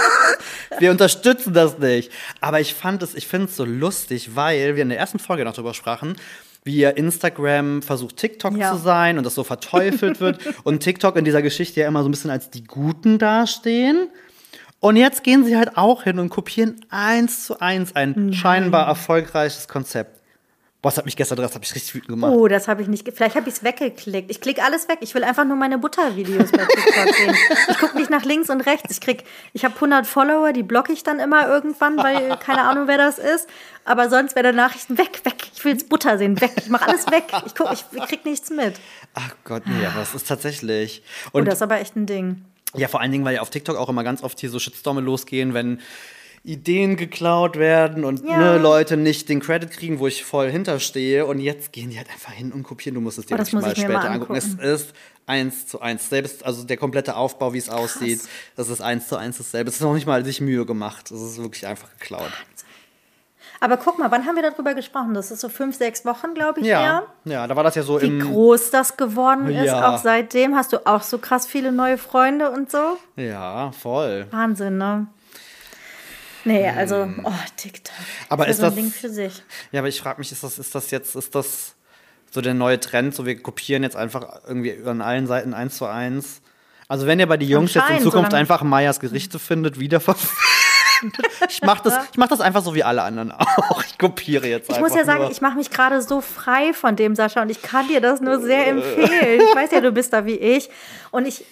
Wir unterstützen das nicht. Aber ich finde es so lustig, weil wir in der ersten Folge noch drüber sprachen, wie Instagram versucht, TikTok zu sein und das so verteufelt wird. Und TikTok in dieser Geschichte ja immer so ein bisschen als die Guten dastehen. Und jetzt gehen sie halt auch hin und kopieren 1:1 ein scheinbar erfolgreiches Konzept. Boah, das hat mich gestern richtig wütend gemacht.
Oh, das habe ich nicht. Vielleicht habe ich es weggeklickt. Ich klicke alles weg. Ich will einfach nur meine Buttervideos bei TikTok sehen. Ich gucke nicht nach links und rechts. Ich habe 100 Follower, die blocke ich dann immer irgendwann, weil keine Ahnung, wer das ist. Aber sonst werden Nachrichten weg. Ich will jetzt Butter sehen, weg. Ich mache alles weg. Ich krieg nichts mit.
Ach Gott, nee, aber das ist tatsächlich.
Und das ist aber echt ein Ding.
Ja, vor allen Dingen, weil ja auf TikTok auch immer ganz oft hier so Shitstorme losgehen, wenn Ideen geklaut werden und Leute nicht den Credit kriegen, wo ich voll hinterstehe. Und jetzt gehen die halt einfach hin und kopieren. Du musst es dir wirklich mal später angucken. Es ist 1:1. Selbst, also der komplette Aufbau, wie es aussieht, das ist 1:1 dasselbe. Es ist noch nicht mal sich Mühe gemacht. Es ist wirklich einfach geklaut.
Aber guck mal, wann haben wir darüber gesprochen? Das ist so 5, 6 Wochen, glaube ich, her.
Ja, da war das ja so
wie groß das geworden ist, auch seitdem. Hast du auch so krass viele neue Freunde und so?
Ja, voll.
Wahnsinn, ne? Nee, also, TikTok.
Aber ist
so ein
das
Ding für sich?
Ja, aber ich frage mich, ist das so der neue Trend? So, wir kopieren jetzt einfach irgendwie an allen Seiten 1:1. Also, wenn ihr bei die Jungs jetzt in Zukunft einfach Mayas Gerichte findet, wiederverwendet. Ich mach das einfach so wie alle anderen auch. Ich kopiere jetzt einfach.
Ich muss ja sagen, ich mache mich gerade so frei von dem, Sascha, und ich kann dir das nur sehr empfehlen. Ich weiß ja, du bist da wie ich. Und ich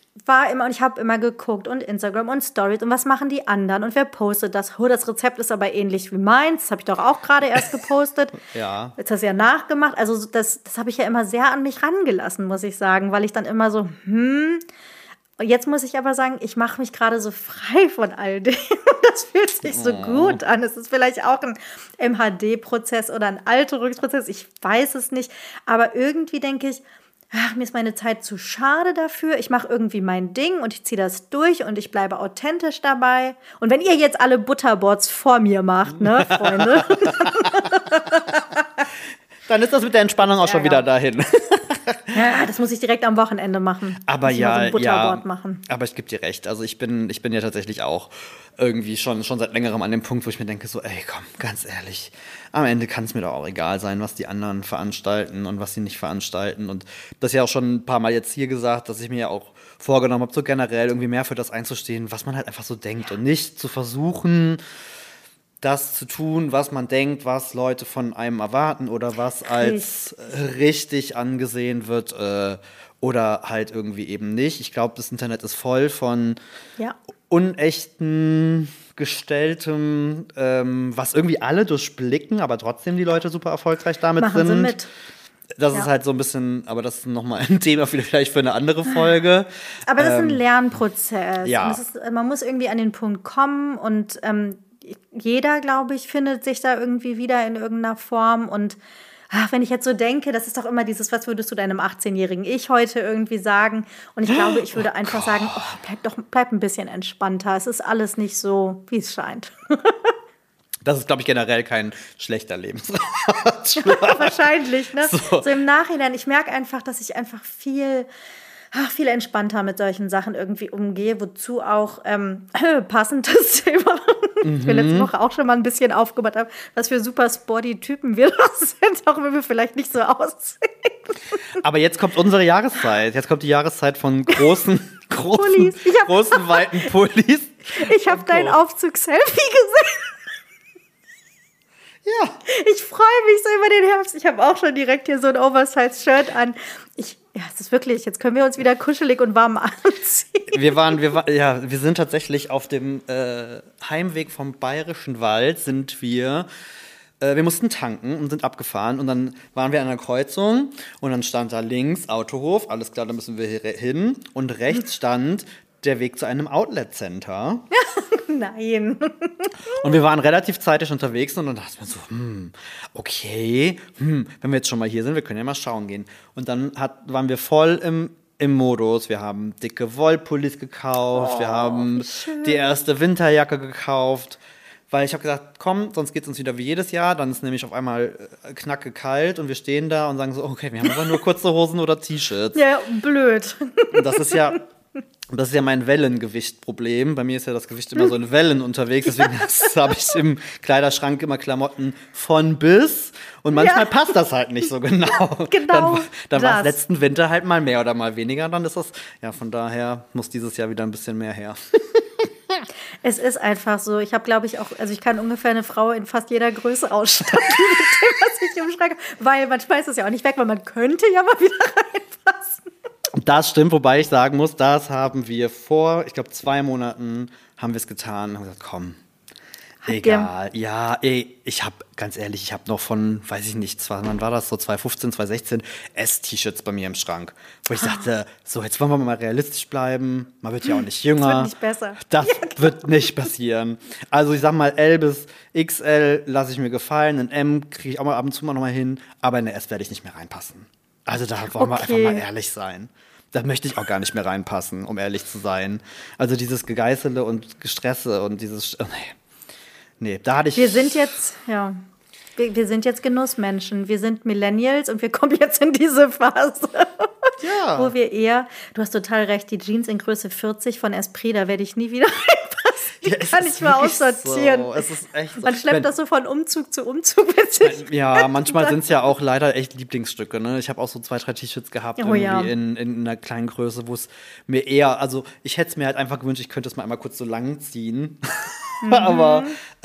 habe immer geguckt und Instagram und Stories und was machen die anderen und wer postet das? Das Rezept ist aber ähnlich wie meins. Das habe ich doch auch gerade erst gepostet.
Ja.
Jetzt hast du ja nachgemacht. Also das habe ich ja immer sehr an mich rangelassen, muss ich sagen, weil ich dann immer so, Jetzt muss ich aber sagen, ich mache mich gerade so frei von all dem. Das fühlt sich so gut an. Es ist vielleicht auch ein MHD-Prozess oder ein Alterungsprozess. Ich weiß es nicht. Aber irgendwie denke ich, mir ist meine Zeit zu schade dafür. Ich mache irgendwie mein Ding und ich ziehe das durch und ich bleibe authentisch dabei. Und wenn ihr jetzt alle Butterboards vor mir macht, ne, Freunde?
Dann ist das mit der Entspannung auch schon wieder dahin.
Ja, das muss ich direkt am Wochenende machen.
Aber
so ein Butterboard machen.
Aber ich gebe dir recht. Also ich bin ja tatsächlich auch irgendwie schon seit längerem an dem Punkt, wo ich mir denke, so, ey, komm, ganz ehrlich, am Ende kann es mir doch auch egal sein, was die anderen veranstalten und was sie nicht veranstalten. Und das ja auch schon ein paar Mal jetzt hier gesagt, dass ich mir ja auch vorgenommen habe, so generell irgendwie mehr für das einzustehen, was man halt einfach so denkt und nicht zu versuchen, das zu tun, was man denkt, was Leute von einem erwarten oder was als richtig angesehen wird oder halt irgendwie eben nicht. Ich glaube, das Internet ist voll von unechten, gestelltem, was irgendwie alle durchblicken, aber trotzdem die Leute super erfolgreich damit
Machen
sind.
Sie mit.
Das ist halt so ein bisschen, aber das ist nochmal ein Thema vielleicht für eine andere Folge.
Aber das ist ein Lernprozess.
Ja.
Und man muss irgendwie an den Punkt kommen und jeder, glaube ich, findet sich da irgendwie wieder in irgendeiner Form. Und wenn ich jetzt so denke, das ist doch immer dieses, was würdest du deinem 18-jährigen Ich heute irgendwie sagen? Und ich glaube, ich würde einfach sagen, bleib ein bisschen entspannter. Es ist alles nicht so, wie es scheint.
Das ist, glaube ich, generell kein schlechter Lebensratschlag.
Wahrscheinlich, ne? So im Nachhinein, ich merke einfach, dass ich einfach viel entspannter mit solchen Sachen irgendwie umgehe, wozu auch passendes Thema. Ich bin letzte Woche auch schon mal ein bisschen aufgemacht, was für super sporty Typen wir doch sind, auch wenn wir vielleicht nicht so aussehen.
Aber jetzt kommt unsere Jahreszeit. Jetzt kommt die Jahreszeit von großen, weiten Pullis.
Ich habe dein Aufzug-Selfie gesehen.
Ja.
Ich freue mich so über den Herbst. Ich habe auch schon direkt hier so ein Oversize-Shirt an. Es ist wirklich, jetzt können wir uns wieder kuschelig und warm anziehen.
Wir sind tatsächlich auf dem Heimweg vom Bayerischen Wald wir mussten tanken und sind abgefahren und dann waren wir an einer Kreuzung und dann stand da links Autohof, alles klar, da müssen wir hier hin und rechts stand der Weg zu einem Outlet-Center.
Nein.
Und wir waren relativ zeitig unterwegs und dann dachten wir so, okay, wenn wir jetzt schon mal hier sind, wir können ja mal schauen gehen. Und dann waren wir voll im Modus. Wir haben dicke Wollpullis gekauft, wir haben die erste Winterjacke gekauft, weil ich habe gesagt, komm, sonst geht es uns wieder wie jedes Jahr. Dann ist nämlich auf einmal knacke kalt und wir stehen da und sagen so, okay, wir haben aber nur kurze Hosen oder T-Shirts.
Ja, blöd.
Und das ist ja mein Wellengewichtproblem. Bei mir ist ja das Gewicht immer so in Wellen unterwegs. Deswegen habe ich im Kleiderschrank immer Klamotten von bis. Und manchmal passt das halt nicht so genau.
Genau.
Dann war es letzten Winter halt mal mehr oder mal weniger. Dann ist das, von daher muss dieses Jahr wieder ein bisschen mehr her.
Es ist einfach so. Ich habe, glaube ich, ich kann ungefähr eine Frau in fast jeder Größe ausstatten mit dem, was ich im Schrank habe. Weil man schmeißt es ja auch nicht weg, weil man könnte ja mal wieder reinpassen.
Das stimmt, wobei ich sagen muss, das haben wir vor, ich glaube 2 Monaten haben wir es getan und haben gesagt, komm, egal. Ja, ich habe, ganz ehrlich, ich habe noch von, weiß ich nicht, wann war das, so 2015, 2016, S-T-Shirts bei mir im Schrank. Wo ich dachte, so, jetzt wollen wir mal realistisch bleiben, man wird ja auch nicht jünger.
Das wird nicht besser.
Das wird nicht passieren. Also ich sag mal, L bis XL lasse ich mir gefallen, ein M kriege ich auch mal ab und zu mal noch mal hin, aber in eine S werde ich nicht mehr reinpassen. Also da wollen wir einfach mal ehrlich sein. Da möchte ich auch gar nicht mehr reinpassen, um ehrlich zu sein. Also dieses Gegeißele und Gestresse und dieses... Nee, da hatte ich...
Wir sind jetzt Genussmenschen. Wir sind Millennials und wir kommen jetzt in diese Phase. Ja. Wo wir du hast total recht, die Jeans in Größe 40 von Esprit, da werde ich nie wieder reinpassen. Die kann ich mal aussortieren.
So. Es ist echt so.
Man schleppt das so von Umzug zu Umzug mit sich.
Ja, manchmal sind es ja auch leider echt Lieblingsstücke. Ne? Ich habe auch so 2, 3 T-Shirts gehabt in einer kleinen Größe, wo es mir eher, also ich hätte es mir halt einfach gewünscht, ich könnte es mal einmal kurz so lang ziehen. aber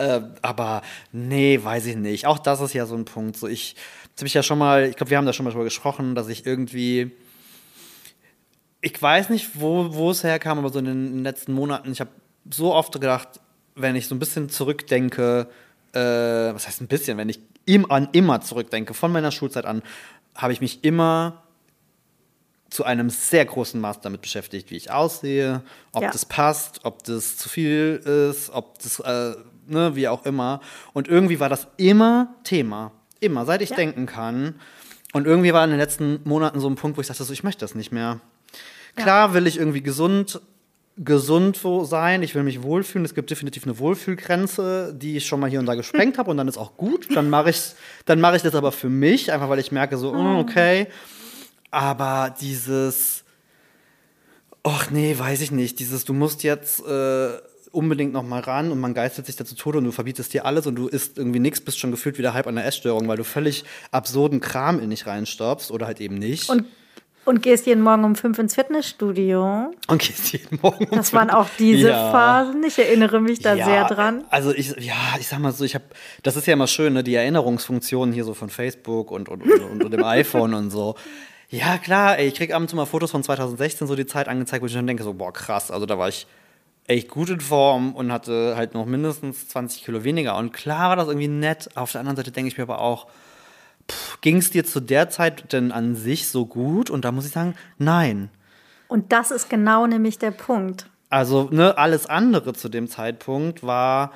nee, weiß ich nicht. Auch das ist ja so ein Punkt. So ich glaube, wir haben da schon mal drüber gesprochen, dass ich irgendwie, ich weiß nicht, wo es herkam, aber so in den letzten Monaten, ich habe so oft gedacht, wenn ich so ein bisschen zurückdenke, was heißt ein bisschen, wenn ich immer zurückdenke, von meiner Schulzeit an, habe ich mich immer zu einem sehr großen Maß damit beschäftigt, wie ich aussehe, ob das passt, ob das zu viel ist, ob das, wie auch immer. Und irgendwie war das immer Thema. Immer, seit ich denken kann. Und irgendwie war in den letzten Monaten so ein Punkt, wo ich dachte, so, ich möchte das nicht mehr. Klar will ich irgendwie gesund sein, ich will mich wohlfühlen. Es gibt definitiv eine Wohlfühlgrenze, die ich schon mal hier und da gesprengt habe und dann ist auch gut. Dann mache ich das aber für mich, einfach weil ich merke so, okay. Aber dieses, weiß ich nicht, du musst jetzt unbedingt noch mal ran und man geistert sich dazu Tode und du verbietest dir alles und du isst irgendwie nichts, bist schon gefühlt wieder halb an der Essstörung, weil du völlig absurden Kram in dich reinstopfst oder halt eben nicht.
Und Und gehst jeden Morgen um 5 ins Fitnessstudio.
Und gehst jeden Morgen um
Das waren auch diese Phasen. Ich erinnere mich da sehr dran.
Also ich sag mal so, das ist ja immer schön, ne, die Erinnerungsfunktionen hier so von Facebook und dem iPhone und so. Ja, klar, ey, ich krieg abends immer Fotos von 2016, so die Zeit angezeigt, wo ich dann denke, so, boah, krass, also da war ich echt gut in Form und hatte halt noch mindestens 20 Kilo weniger. Und klar war das irgendwie nett. Auf der anderen Seite denke ich mir aber auch, ging es dir zu der Zeit denn an sich so gut? Und da muss ich sagen, nein.
Und das ist genau nämlich der Punkt.
Also, ne, alles andere zu dem Zeitpunkt war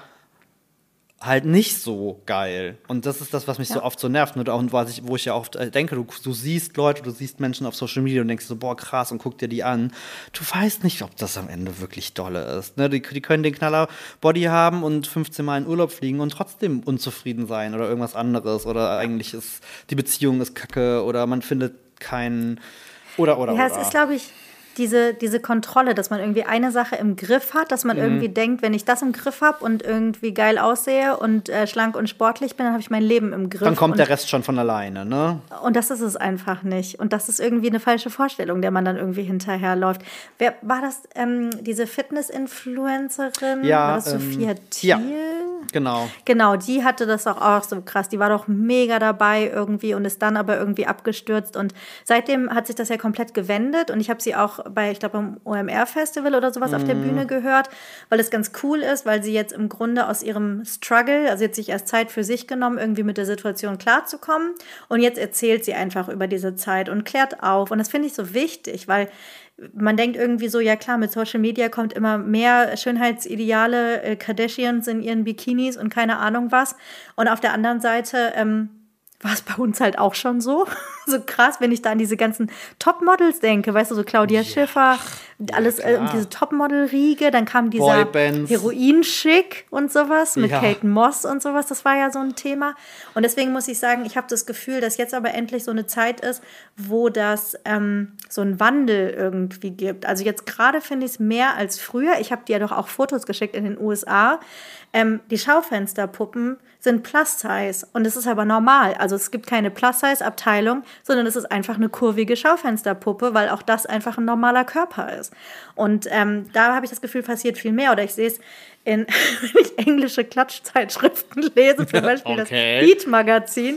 halt nicht so geil. Und das ist das, was mich so oft so nervt. Ne? Und wo ich ja oft denke, du siehst Leute, du siehst Menschen auf Social Media und denkst so, boah, krass, und guck dir die an. Du weißt nicht, ob das am Ende wirklich dolle ist. Ne? Die können den Knaller-Body haben und 15 Mal in Urlaub fliegen und trotzdem unzufrieden sein oder irgendwas anderes. Oder eigentlich ist die Beziehung ist kacke oder man findet keinen oder.
Ja, es ist, glaube ich, diese Kontrolle, dass man irgendwie eine Sache im Griff hat, dass man irgendwie denkt, wenn ich das im Griff habe und irgendwie geil aussehe und schlank und sportlich bin, dann habe ich mein Leben im Griff.
Dann kommt der Rest schon von alleine, ne?
Und das ist es einfach nicht. Und das ist irgendwie eine falsche Vorstellung, der man dann irgendwie hinterherläuft. Wer war das, diese Fitness-Influencerin?
Ja,
war das Sophia Thiel?
Ja, genau.
Genau, die hatte das auch so krass. Die war doch mega dabei irgendwie und ist dann aber irgendwie abgestürzt. Und seitdem hat sich das ja komplett gewendet. Und ich habe sie auch ich glaube, beim OMR-Festival oder sowas auf der Bühne gehört, weil es ganz cool ist, weil sie jetzt im Grunde aus ihrem Struggle, also jetzt sich erst Zeit für sich genommen, irgendwie mit der Situation klarzukommen. Und jetzt erzählt sie einfach über diese Zeit und klärt auf. Und das finde ich so wichtig, weil man denkt irgendwie so, ja klar, mit Social Media kommt immer mehr Schönheitsideale, Kardashians in ihren Bikinis und keine Ahnung was. Und auf der anderen Seite war es bei uns halt auch schon so. So krass, wenn ich da an diese ganzen Topmodels denke, weißt du, so Claudia Schiffer, alles, diese Topmodel-Riege, dann kam dieser Heroin-Schick und sowas mit Kate Moss und sowas, das war ja so ein Thema. Und deswegen muss ich sagen, ich habe das Gefühl, dass jetzt aber endlich so eine Zeit ist, wo das so einen Wandel irgendwie gibt. Also jetzt gerade finde ich es mehr als früher. Ich habe dir ja doch auch Fotos geschickt in den USA. Die Schaufensterpuppen sind Plus-Size und es ist aber normal. Also es gibt keine Plus-Size-Abteilung, sondern es ist einfach eine kurvige Schaufensterpuppe, weil auch das einfach ein normaler Körper ist. Und da habe ich das Gefühl, passiert viel mehr. Oder ich sehe es wenn ich englische Klatschzeitschriften lese, zum Beispiel das Beat-Magazin.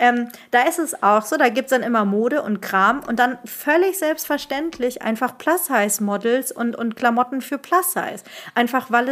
Da ist es auch so, da gibt es dann immer Mode und Kram und dann völlig selbstverständlich einfach Plus-Size-Models und Klamotten für Plus-Size. Einfach weil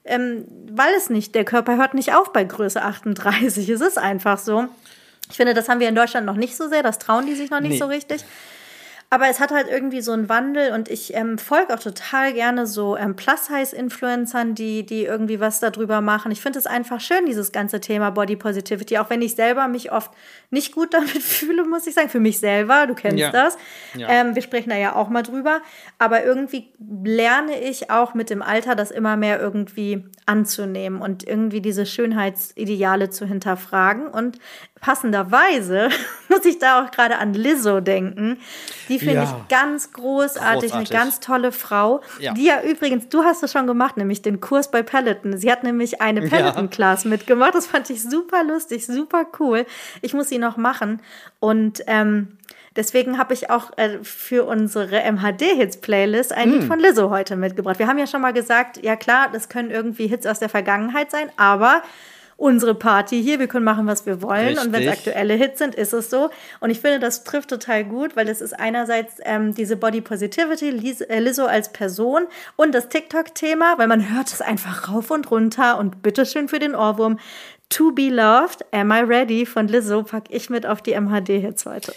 es nicht, der Körper hört nicht auf bei Größe 38. Es ist einfach so. Ich finde, das haben wir in Deutschland noch nicht so sehr, das trauen die sich noch nicht so richtig. Aber es hat halt irgendwie so einen Wandel und ich folge auch total gerne so Plus-Size-Influencern, die irgendwie was darüber machen. Ich finde es einfach schön, dieses ganze Thema Body Positivity, auch wenn ich selber mich oft nicht gut damit fühle, muss ich sagen. Für mich selber, du kennst das. Ja. Wir sprechen da ja auch mal drüber. Aber irgendwie lerne ich auch mit dem Alter, das immer mehr irgendwie anzunehmen und irgendwie diese Schönheitsideale zu hinterfragen. Und passenderweise muss ich da auch gerade an Lizzo denken. Die finde ich ganz großartig, eine ganz tolle Frau. Ja. Die ja übrigens, du hast es schon gemacht, nämlich den Kurs bei Peloton. Sie hat nämlich eine Peloton-Class mitgemacht. Das fand ich super lustig, super cool. Ich muss sie noch machen. Und deswegen habe ich auch für unsere MHD-Hits-Playlist ein Lied von Lizzo heute mitgebracht. Wir haben ja schon mal gesagt, ja klar, das können irgendwie Hits aus der Vergangenheit sein, aber unsere Party hier, wir können machen, was wir wollen. Richtig. Und wenn es aktuelle Hits sind, ist es so. Und ich finde, das trifft total gut, weil es ist einerseits diese Body Positivity, Lizzo als Person und das TikTok-Thema, weil man hört es einfach rauf und runter und bitteschön für den Ohrwurm. To Be Loved, Am I Ready von Lizzo packe ich mit auf die MHD-Hits heute.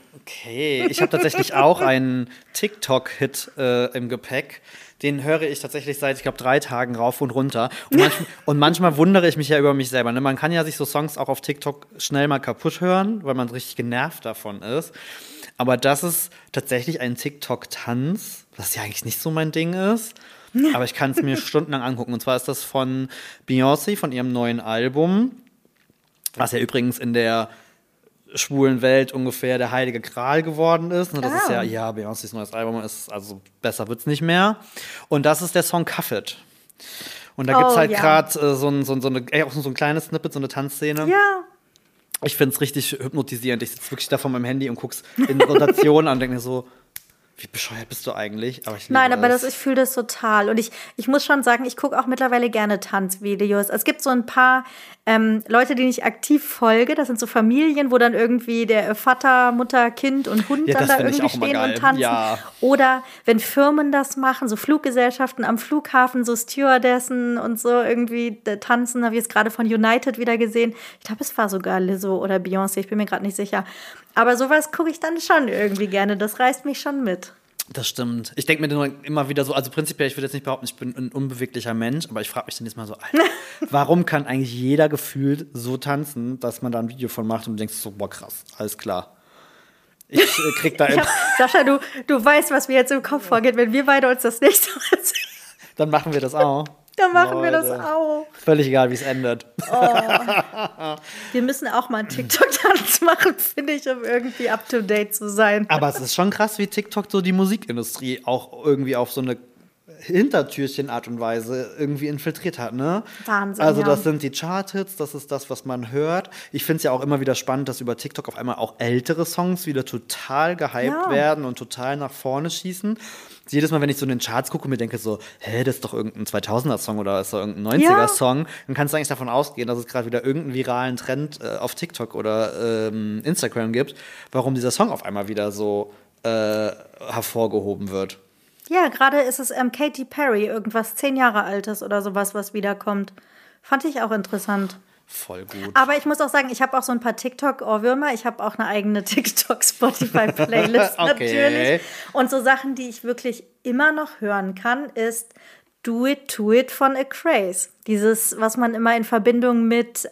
Okay, ich habe tatsächlich auch einen TikTok-Hit im Gepäck. Den höre ich tatsächlich seit, ich glaube, 3 Tagen rauf und runter. Und manchmal wundere ich mich ja über mich selber. Ne? Man kann ja sich so Songs auch auf TikTok schnell mal kaputt hören, weil man richtig genervt davon ist. Aber das ist tatsächlich ein TikTok-Tanz, was ja eigentlich nicht so mein Ding ist. Aber ich kann es mir stundenlang angucken. Und zwar ist das von Beyoncé, von ihrem neuen Album, was ja übrigens in der schwulen Welt ungefähr der heilige Gral geworden ist. Das ist ja, Beyoncés neues Album ist, also besser wird's nicht mehr. Und das ist der Song Cuff It. Und da gibt's halt gerade so ein kleines Snippet, so eine Tanzszene.
Ja.
Ich finde es richtig hypnotisierend. Ich sitze wirklich da vor meinem Handy und guck's in Rotation an und denke mir so, wie bescheuert bist du eigentlich? Aber ich liebe
Nein, aber
es.
ich fühle das total. Und ich muss schon sagen, ich gucke auch mittlerweile gerne Tanzvideos. Es gibt so ein paar Leute, denen ich aktiv folge. Das sind so Familien, wo dann irgendwie der Vater, Mutter, Kind und Hund
Ja,
dann
das
da
find ich
irgendwie
auch immer
stehen
geil.
und tanzen.
Ja.
Oder wenn Firmen das machen, so Fluggesellschaften am Flughafen, so Stewardessen und so irgendwie tanzen. Habe ich jetzt gerade von United wieder gesehen. Ich glaube, es war sogar Lizzo oder Beyoncé. Ich bin mir gerade nicht sicher. Aber sowas gucke ich dann schon irgendwie gerne. Das reißt mich schon mit.
Das stimmt. Ich denke mir nur immer wieder so, also prinzipiell, ich würde jetzt nicht behaupten, ich bin ein unbeweglicher Mensch, aber ich frage mich dann jetzt mal so, Alter, warum kann eigentlich jeder gefühlt so tanzen, dass man da ein Video von macht und du denkst so, boah, krass, alles klar. Ich krieg da
Sascha, du weißt, was mir jetzt im Kopf vorgeht, wenn wir beide uns das nächste Mal sehen.
Dann machen wir das auch.
Dann machen wir das
Leute.
auch.
Völlig egal, wie es endet.
Wir müssen auch mal einen TikTok-Tanz machen, finde ich, um irgendwie up-to-date zu sein.
Aber es ist schon krass, wie TikTok so die Musikindustrie auch irgendwie auf so eine Hintertürchen-Art und Weise irgendwie infiltriert hat, ne?
Wahnsinn,
Also
ja.
das sind die Chart-Hits, das ist das, was man hört. Ich finde es ja auch immer wieder spannend, dass über TikTok auf einmal auch ältere Songs wieder total gehypt werden und total nach vorne schießen. Jedes Mal, wenn ich so in den Charts gucke und mir denke so, das ist doch irgendein 2000er-Song oder ist doch irgendein 90er-Song, dann kannst du eigentlich davon ausgehen, dass es gerade wieder irgendeinen viralen Trend auf TikTok oder Instagram gibt, warum dieser Song auf einmal wieder so hervorgehoben wird.
Ja, gerade ist es Katy Perry, irgendwas 10 Jahre altes oder sowas, was wiederkommt. Fand ich auch interessant.
Voll gut.
Aber ich muss auch sagen, ich habe auch so ein paar TikTok-Ohrwürmer. Ich habe auch eine eigene TikTok-Spotify-Playlist natürlich. Und so Sachen, die ich wirklich immer noch hören kann, ist Do It, To It von A Craze. Dieses, was man immer in Verbindung mit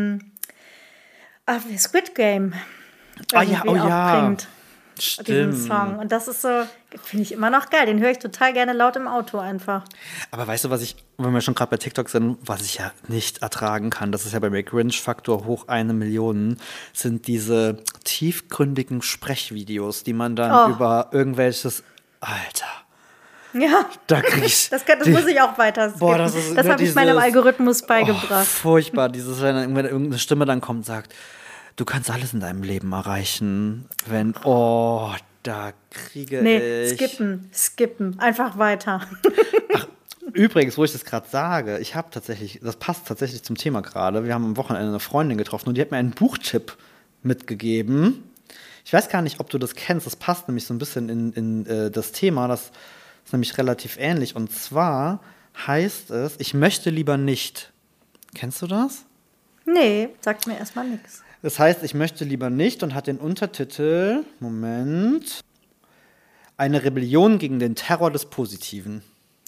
Squid Game bringt.
Stimmt.
Diesen Song. Und das ist so, finde ich immer noch geil. Den höre ich total gerne laut im Auto einfach.
Aber weißt du, wenn wir schon gerade bei TikTok sind, was ich ja nicht ertragen kann, das ist ja bei mir Cringe-Faktor hoch 1 Million, sind diese tiefgründigen Sprechvideos, die man dann über irgendwelches, Alter,
Ja,
da krieg ich...
das muss ich auch weiter skippen.
Boah,
das
das
habe ich meinem Algorithmus beigebracht.
Furchtbar, dieses, wenn irgendeine Stimme dann kommt und sagt, du kannst alles in deinem Leben erreichen, wenn, da kriege ich...
Skippen, einfach weiter.
Übrigens, wo ich das gerade sage, das passt tatsächlich zum Thema gerade. Wir haben am Wochenende eine Freundin getroffen und die hat mir einen Buchtipp mitgegeben. Ich weiß gar nicht, ob du das kennst. Das passt nämlich so ein bisschen in das Thema. Das ist nämlich relativ ähnlich. Und zwar heißt es, ich möchte lieber nicht. Kennst du das?
Nee, sagt mir erstmal nichts.
Das heißt, ich möchte lieber nicht und hat den Untertitel, Moment, eine Rebellion gegen den Terror des Positiven.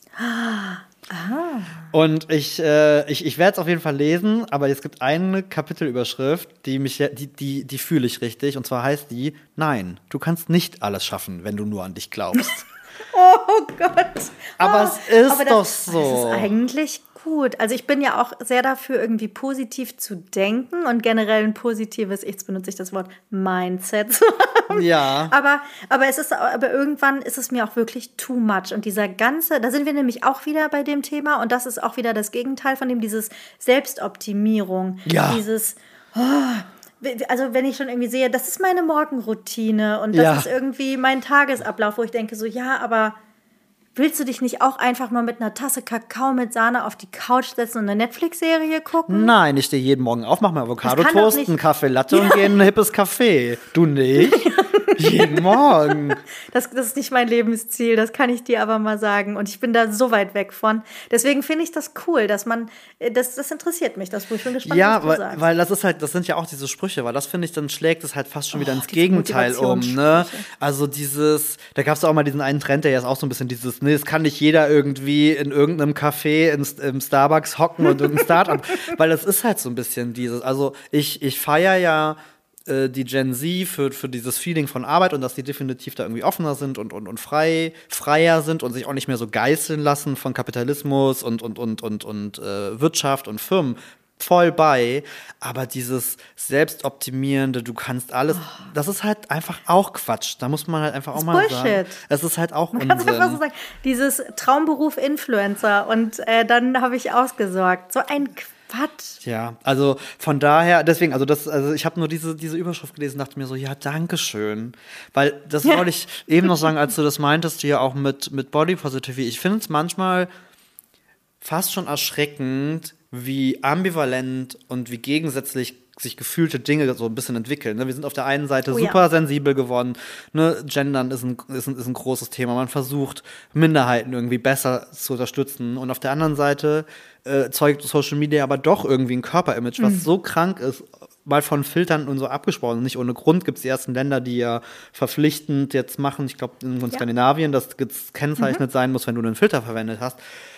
Und ich werde es auf jeden Fall lesen, aber es gibt eine Kapitelüberschrift, die fühle ich richtig. Und zwar heißt die, nein, du kannst nicht alles schaffen, wenn du nur an dich glaubst.
Oh Gott.
Aber es ist doch so.
Das ist eigentlich gut. Also ich bin ja auch sehr dafür, irgendwie positiv zu denken und generell ein positives, jetzt benutze ich das Wort, Mindset zu haben.
Ja.
Aber irgendwann ist es mir auch wirklich too much. Und da sind wir nämlich auch wieder bei dem Thema und das ist auch wieder das Gegenteil von dem, dieses Selbstoptimierung.
Ja.
Dieses, also wenn ich schon irgendwie sehe, das ist meine Morgenroutine und das ist irgendwie mein Tagesablauf, wo ich denke so, ja, aber willst du dich nicht auch einfach mal mit einer Tasse Kakao mit Sahne auf die Couch setzen und eine Netflix-Serie gucken?
Nein, ich stehe jeden Morgen auf, mache mir
Das
Avocado-Toast,
kann doch nicht-
einen Kaffee Latte und gehe in ein hippes Café. Du nicht? Jeden Morgen.
Das ist nicht mein Lebensziel, das kann ich dir aber mal sagen. Und ich bin da so weit weg von. Deswegen finde ich das cool, dass man, das interessiert mich, das, wo ich schon gespannt bin, was du sagst.
Weil das sind ja auch diese Sprüche, weil das finde ich, dann schlägt es halt fast schon wieder ins
diese
Gegenteil um, ne?
Motivationssprüche.
Also da gab es auch mal diesen einen Trend, der jetzt auch so ein bisschen dieses, ne, es kann nicht jeder irgendwie in irgendeinem Café im Starbucks hocken und irgendein Startup, weil das ist halt so ein bisschen dieses, also ich feiere ja die Gen Z für dieses Feeling von Arbeit und dass die definitiv da irgendwie offener sind und freier sind und sich auch nicht mehr so geißeln lassen von Kapitalismus und Wirtschaft und Firmen. Voll bei, aber dieses Selbstoptimierende, du kannst alles, das ist halt einfach auch Quatsch. Da muss man halt einfach auch mal
Bullshit.
sagen. Es ist halt auch
Man kann es einfach so
Unsinn.
sagen. Dieses Traumberuf Influencer und dann habe ich ausgesorgt. So ein Was?
Ja, also von daher, deswegen, also ich habe nur diese Überschrift gelesen und dachte mir so, ja, danke schön. Weil das wollte ich eben noch sagen, als du das meintest, hier auch mit Body Positivity. Ich finde es manchmal fast schon erschreckend, wie ambivalent und wie gegensätzlich sich gefühlte Dinge so ein bisschen entwickeln. Ne? Wir sind auf der einen Seite super sensibel geworden. Ne? Gendern ist ein großes Thema. Man versucht, Minderheiten irgendwie besser zu unterstützen. Und auf der anderen Seite zeugt Social Media aber doch irgendwie ein Körperimage, was so krank ist, mal von Filtern und so abgesprochen. Nicht ohne Grund gibt es die ersten Länder, die ja verpflichtend jetzt machen, ich glaube in Skandinavien, dass gekennzeichnet sein muss, wenn du einen Filter verwendet hast.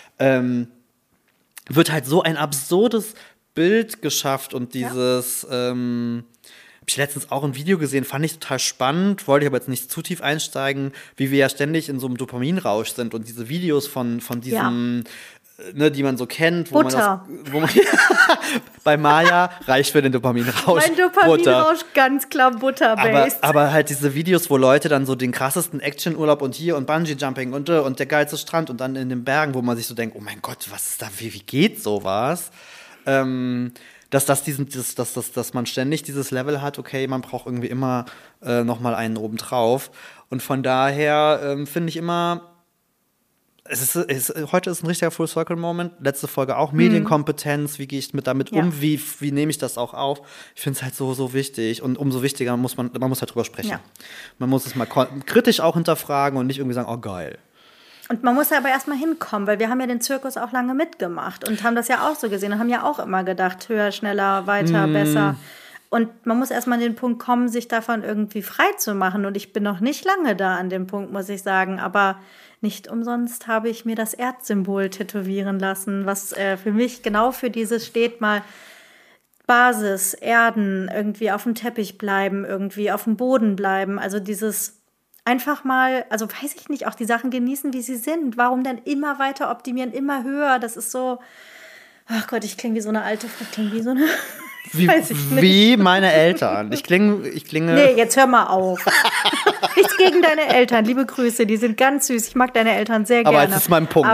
Wird halt so ein absurdes Bild geschafft und dieses, habe ich letztens auch ein Video gesehen, fand ich total spannend, wollte ich aber jetzt nicht zu tief einsteigen, wie wir ja ständig in so einem Dopaminrausch sind und diese Videos von diesem, ne, die man so kennt, wo
Butter.
man bei Maya reicht für den Dopaminrausch.
Mein Dopaminrausch ganz klar Butter-based.
Aber halt diese Videos, wo Leute dann so den krassesten Actionurlaub und hier und Bungee-Jumping und der geilste Strand und dann in den Bergen, wo man sich so denkt, oh mein Gott, was ist da, wie geht sowas? Dass man ständig dieses Level hat, okay, man braucht irgendwie immer noch mal einen obendrauf. Und von daher finde ich immer, heute ist ein richtiger Full-Circle-Moment. Letzte Folge auch Medienkompetenz. Wie gehe ich damit um? Wie nehme ich das auch auf? Ich finde es halt so wichtig. Und umso wichtiger muss man muss halt drüber sprechen. Ja. Man muss es mal kritisch auch hinterfragen und nicht irgendwie sagen, oh geil.
Und man muss ja aber erstmal hinkommen, weil wir haben ja den Zirkus auch lange mitgemacht und haben das ja auch so gesehen und haben ja auch immer gedacht, höher, schneller, weiter, besser. Und man muss erstmal an den Punkt kommen, sich davon irgendwie frei zu machen. Und ich bin noch nicht lange da an dem Punkt, muss ich sagen. Aber nicht umsonst habe ich mir das Erdsymbol tätowieren lassen, was für mich genau für dieses steht, mal Basis, Erden, irgendwie auf dem Teppich bleiben, irgendwie auf dem Boden bleiben. Also dieses einfach mal, also weiß ich nicht, auch die Sachen genießen, wie sie sind. Warum denn immer weiter optimieren, immer höher? Das ist so, ach Gott, ich klinge wie so eine alte Frau, klinge wie so eine,
wie meine Eltern. Ich klinge.
Nee, jetzt hör mal auf. Nichts gegen deine Eltern, liebe Grüße, die sind ganz süß. Ich mag deine Eltern sehr gerne.
Aber das ist mein Punkt.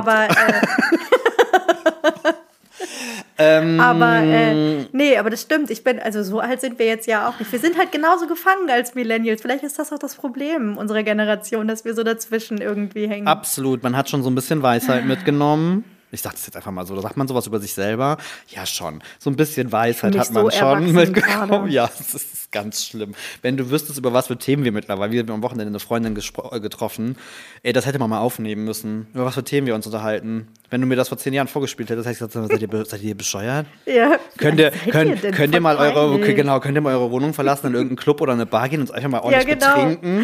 Aber das stimmt. Also so alt sind wir jetzt ja auch nicht. Wir sind halt genauso gefangen als Millennials. Vielleicht ist das auch das Problem unserer Generation, dass wir so dazwischen irgendwie hängen.
Absolut. Man hat schon so ein bisschen Weisheit mitgenommen. Ich sage das jetzt einfach mal so. Sagt man sowas über sich selber? Ja, schon. So ein bisschen Weisheit hat man schon mitbekommen. Ja, das ist ganz schlimm. Wenn du wüsstest, über was für Themen wir mittlerweile, wir haben am Wochenende eine Freundin getroffen, das hätte man mal aufnehmen müssen. Über was für Themen wir uns unterhalten. Wenn du mir das vor 10 Jahren vorgespielt hättest, hätte ich gesagt, seid ihr bescheuert? Ja. Könnt ihr mal eure Wohnung verlassen, in irgendeinen Club oder eine Bar gehen und uns einfach mal ordentlich betrinken?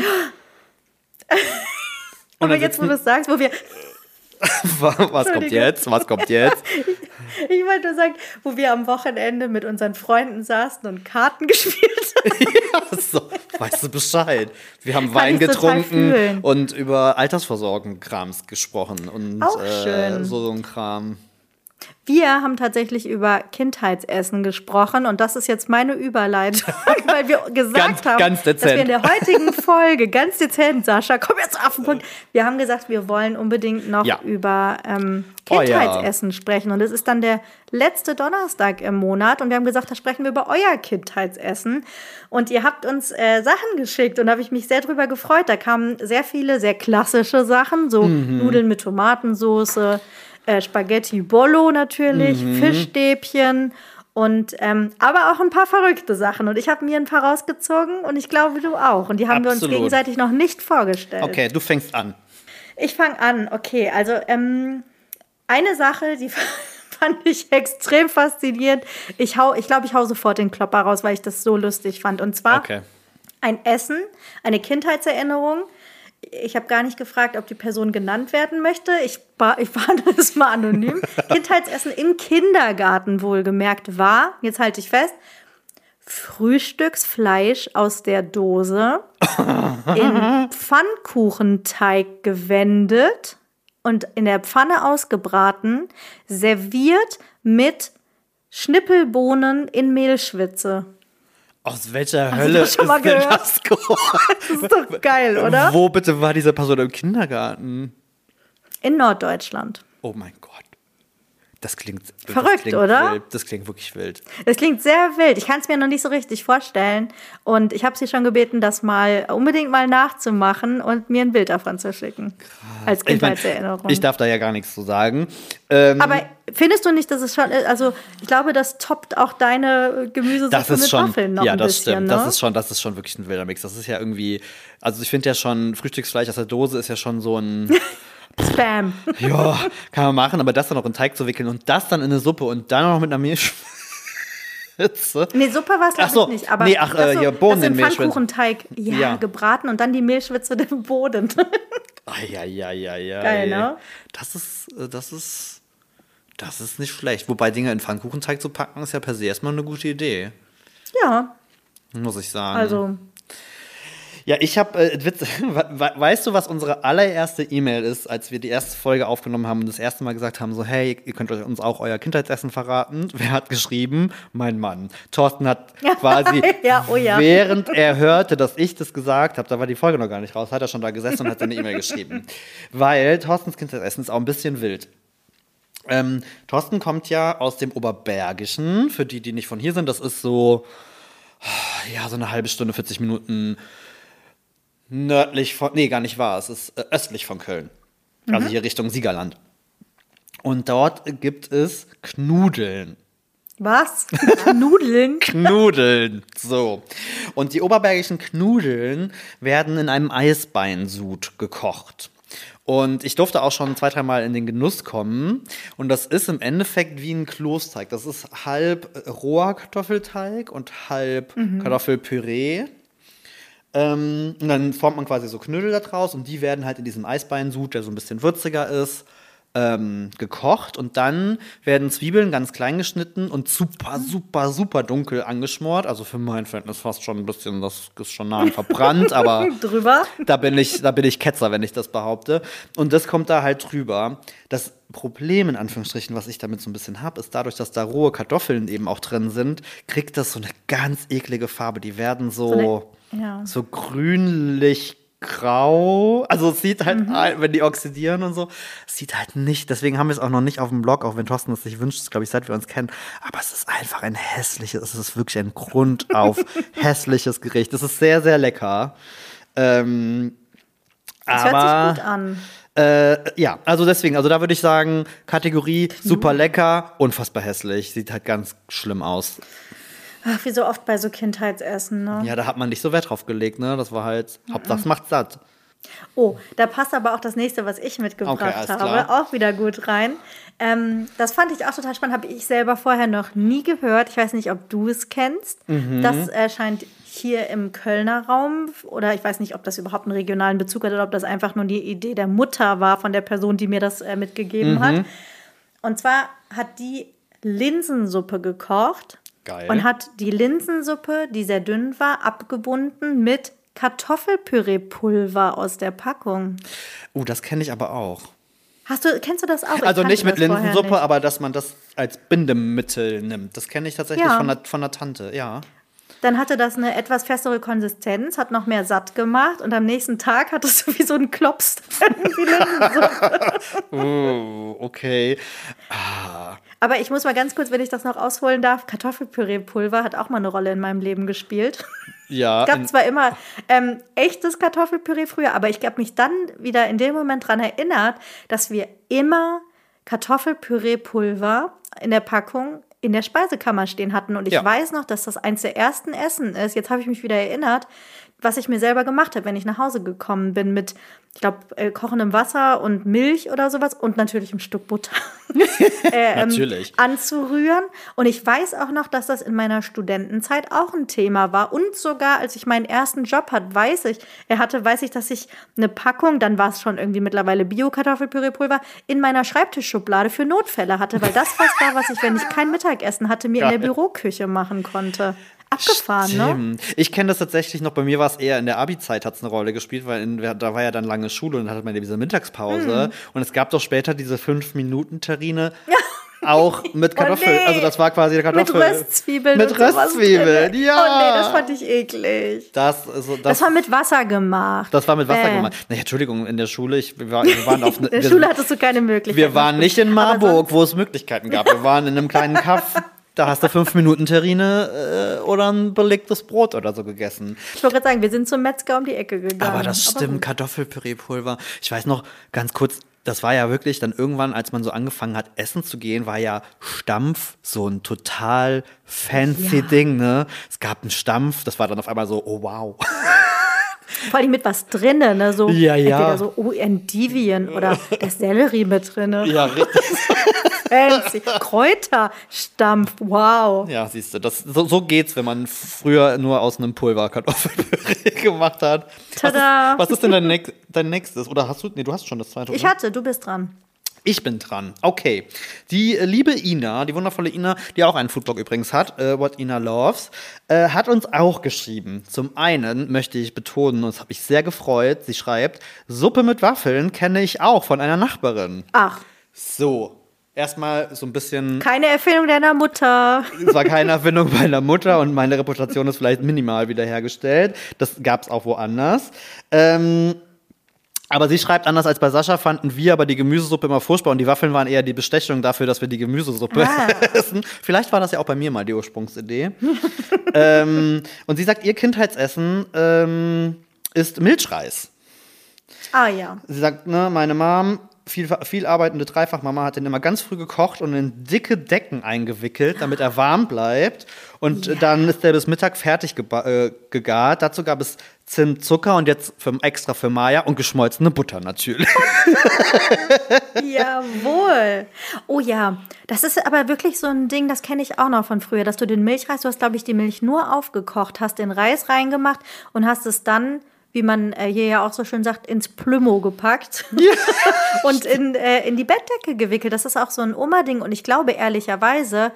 Aber jetzt, wo du es sagst, wo wir...
Was kommt jetzt?
Ich wollte nur sagen, wo wir am Wochenende mit unseren Freunden saßen und Karten gespielt haben.
Ja, so, weißt du Bescheid. Wir haben Wein getrunken und über Altersvorsorgen-Krams gesprochen. Und
auch schön.
So ein Kram.
Wir haben tatsächlich über Kindheitsessen gesprochen und das ist jetzt meine Überleitung, weil wir gesagt haben,
ganz
dass wir in der heutigen Folge, ganz dezent, Sascha, komm jetzt auf den Punkt, wir haben gesagt, wir wollen unbedingt noch über Kindheitsessen sprechen und es ist dann der letzte Donnerstag im Monat und wir haben gesagt, da sprechen wir über euer Kindheitsessen und ihr habt uns Sachen geschickt und da habe ich mich sehr drüber gefreut, da kamen sehr viele, sehr klassische Sachen, so Nudeln mit Tomatensauce, Spaghetti Bollo natürlich, Fischstäbchen und aber auch ein paar verrückte Sachen. Und ich habe mir ein paar rausgezogen und ich glaube, du auch. Und die haben wir uns gegenseitig noch nicht vorgestellt.
Okay, du fängst an.
Ich fange an, okay. Also eine Sache, die fand ich extrem faszinierend. Ich glaube, ich hau sofort den Klopper raus, weil ich das so lustig fand. Und zwar ein Essen, eine Kindheitserinnerung. Ich habe gar nicht gefragt, ob die Person genannt werden möchte. Ich behandle es mal anonym. Kindheitsessen im Kindergarten wohlgemerkt war, jetzt halte ich fest, Frühstücksfleisch aus der Dose in Pfannkuchenteig gewendet und in der Pfanne ausgebraten, serviert mit Schnippelbohnen in Mehlschwitze.
Aus welcher Hölle ist denn das geworden?
Das ist doch geil, oder?
Wo bitte war diese Person im Kindergarten?
In Norddeutschland.
Oh mein Gott. Das klingt
verrückt,
das klingt
oder?
Wild. Das klingt wirklich wild.
Das klingt sehr wild. Ich kann es mir noch nicht so richtig vorstellen. Und ich habe sie schon gebeten, das unbedingt mal nachzumachen und mir ein Bild davon zu schicken. Als Kindheitserinnerung.
Ich darf da ja gar nichts zu sagen.
Aber findest du nicht, dass es schon, also ich glaube, das toppt auch deine Gemüsesuppe mit Waffeln noch ein bisschen,
das
ne?
das ist schon wirklich ein wilder Mix. Das ist ja irgendwie, also ich finde ja schon, Frühstücksfleisch aus der Dose ist ja schon so ein
Spam.
ja, kann man machen, aber das dann noch in Teig zu wickeln und das dann in eine Suppe und dann noch mit einer Mehlschwitze.
Nee, Suppe war es glaube ich nicht. Aber
hier Bohnen in Mehlschwitze.
Pfannkuchenteig, gebraten und dann die Mehlschwitze dem Boden.
Geil,
ne?
Das ist nicht schlecht. Wobei Dinge in Pfannkuchenteig zu packen, ist ja per se erstmal eine gute Idee.
Ja.
Muss ich sagen.
Also.
Ja, ich habe, weißt du, was unsere allererste E-Mail ist, als wir die erste Folge aufgenommen haben und das erste Mal gesagt haben, so, hey, ihr könnt uns auch euer Kindheitsessen verraten? Wer hat geschrieben? Mein Mann. Thorsten hat quasi, während er hörte, dass ich das gesagt habe, da war die Folge noch gar nicht raus, hat er schon da gesessen und hat seine E-Mail geschrieben. Weil Thorstens Kindheitsessen ist auch ein bisschen wild. Thorsten kommt ja aus dem Oberbergischen, für die nicht von hier sind, das ist so, ja, so eine halbe Stunde, 40 Minuten nördlich von, nee, gar nicht wahr, es ist östlich von Köln. Also hier Richtung Siegerland. Und dort gibt es Knudeln.
Was? Nudeln?
Knudeln, so. Und die oberbergischen Knudeln werden in einem Eisbeinsud gekocht. Und ich durfte auch schon 2-3 Mal in den Genuss kommen. Und das ist im Endeffekt wie ein Kloßteig. Das ist halb roher Kartoffelteig und halb Kartoffelpüree. Und dann formt man quasi so Knödel da draus und die werden halt in diesem Eisbeinsud, der so ein bisschen würziger ist, gekocht. Und dann werden Zwiebeln ganz klein geschnitten und super, super, super dunkel angeschmort. Also für mein Verhältnis fast schon ein bisschen, das ist schon nah verbrannt, aber
drüber.
Da bin ich Ketzer, wenn ich das behaupte. Und das kommt da halt drüber. Das Problem, in Anführungsstrichen, was ich damit so ein bisschen habe, ist dadurch, dass da rohe Kartoffeln eben auch drin sind, kriegt das so eine ganz eklige Farbe. Die werden so grünlich grau. Also es sieht halt, wenn die oxidieren und so, es sieht halt nicht, deswegen haben wir es auch noch nicht auf dem Blog, auch wenn Thorsten es sich wünscht, glaube ich, seit wir uns kennen. Aber es ist einfach ein hässliches, es ist wirklich ein Grund auf hässliches Gericht. Es ist sehr, sehr lecker.
Das hört sich gut an.
Ja, also deswegen, also da würde ich sagen, Kategorie super lecker, unfassbar hässlich. Sieht halt ganz schlimm aus.
Ach, wie so oft bei so Kindheitsessen, ne?
Ja, da hat man nicht so Wert drauf gelegt, ne? Das war halt, Hauptsache es macht satt.
Oh, da passt aber auch das nächste, was ich mitgebracht habe,
klar.
auch wieder gut rein. Das fand ich auch total spannend, habe ich selber vorher noch nie gehört. Ich weiß nicht, ob du es kennst. Das scheint hier im Kölner Raum, oder ich weiß nicht, ob das überhaupt einen regionalen Bezug hat oder ob das einfach nur die Idee der Mutter war von der Person, die mir das mitgegeben hat. Und zwar hat die Linsensuppe gekocht.
Geil.
Und hat die Linsensuppe, die sehr dünn war, abgebunden mit Kartoffelpüreepulver aus der Packung.
Das kenne ich aber auch.
Kennst du das auch?
Also nicht mit Linsensuppe, aber dass man das als Bindemittel nimmt. Das kenne ich tatsächlich von der Tante, ja.
Dann hatte das eine etwas festere Konsistenz, hat noch mehr satt gemacht und am nächsten Tag hat es so wie so ein Klops wie Linsensuppe.
Okay.
Aber ich muss mal ganz kurz, wenn ich das noch ausholen darf, Kartoffelpüreepulver hat auch mal eine Rolle in meinem Leben gespielt.
Ja.
Es gab zwar immer echtes Kartoffelpüree früher, aber ich habe mich dann wieder in dem Moment daran erinnert, dass wir immer Kartoffelpüreepulver in der Packung in der Speisekammer stehen hatten. Und ich weiß noch, dass das eins der ersten Essen ist, jetzt habe ich mich wieder erinnert, was ich mir selber gemacht habe, wenn ich nach Hause gekommen bin mit, ich glaube, kochendem Wasser und Milch oder sowas und natürlich ein Stück Butter
natürlich
anzurühren. Und ich weiß auch noch, dass das in meiner Studentenzeit auch ein Thema war. Und sogar, als ich meinen ersten Job hatte, weiß ich, dass ich eine Packung, dann war es schon irgendwie mittlerweile Bio-Kartoffelpüreepulver, in meiner Schreibtischschublade für Notfälle hatte. Weil das was war, was ich, wenn ich kein Mittagessen hatte, mir in der Büroküche machen konnte. Abgefahren,
Stimmt.
ne?
Ich kenne das tatsächlich noch, bei mir war es eher in der Abi-Zeit, hat es eine Rolle gespielt, weil da war ja dann lange Schule und dann hatte man ja diese Mittagspause und es gab doch später diese 5-Minuten-Terrine. auch mit Kartoffeln.
nee.
Also das war quasi eine Kartoffel.
Mit Röstzwiebeln.
Mit
und sowas
Röstzwiebeln,
drin.
ja.
Oh nee, das fand ich eklig.
Das
war mit Wasser gemacht.
Das war mit Wasser gemacht. Naja, Entschuldigung, in der Schule, wir waren auf
In der Schule hattest du keine Möglichkeit.
Wir waren nicht in Marburg, wo es Möglichkeiten gab. Wir waren in einem kleinen Kaff. Da hast du 5 Minuten Terrine oder ein belegtes Brot oder so gegessen.
Ich wollte gerade sagen, wir sind zum Metzger um die Ecke gegangen.
Aber das stimmt, Kartoffelpüreepulver. Ich weiß noch ganz kurz, das war ja wirklich dann irgendwann, als man so angefangen hat, essen zu gehen, war ja Stampf so ein total fancy Ding, ne? Es gab einen Stampf, das war dann auf einmal so, oh wow.
Vor allem mit was drinnen, ne? So,
ja.
Entweder so Endivien oder der Sellerie mit drin.
Ja, richtig.
Fancy. Kräuterstampf, wow.
Ja, siehst du, so geht's, wenn man früher nur aus einem Pulver Kartoffelpüree gemacht hat.
Tada!
Was ist denn dein nächstes? Oder hast du? Nee, du hast schon das zweite.
Ich hatte, du bist dran.
Ich bin dran. Okay. Die liebe Ina, die wundervolle Ina, die auch einen Foodblog übrigens hat, What Ina Loves, hat uns auch geschrieben. Zum einen möchte ich betonen, und das habe ich sehr gefreut, sie schreibt, Suppe mit Waffeln kenne ich auch von einer Nachbarin.
Ach.
So. Erstmal so ein bisschen.
Keine Erfindung deiner Mutter.
Es war keine Erfindung meiner Mutter und meine Reputation ist vielleicht minimal wiederhergestellt. Das gab es auch woanders. Aber sie schreibt, anders als bei Sascha fanden wir aber die Gemüsesuppe immer furchtbar und die Waffeln waren eher die Bestechung dafür, dass wir die Gemüsesuppe essen. Vielleicht war das ja auch bei mir mal die Ursprungsidee. Und sie sagt, ihr Kindheitsessen ist Milchreis.
Ah ja.
Sie sagt, ne, meine Mom, viel arbeitende Dreifachmama, hat den immer ganz früh gekocht und in dicke Decken eingewickelt, damit er warm bleibt. Und dann ist der bis Mittag fertig gegart. Dazu gab es Zimt, Zucker und jetzt extra für Maya und geschmolzene Butter natürlich.
Jawohl. Oh ja, das ist aber wirklich so ein Ding, das kenne ich auch noch von früher, dass du den Milchreis, du hast, glaube ich, die Milch nur aufgekocht, hast den Reis reingemacht und hast es dann, wie man hier ja auch so schön sagt, ins Plümo gepackt und in die Bettdecke gewickelt. Das ist auch so ein Oma-Ding. Und ich glaube ehrlicherweise,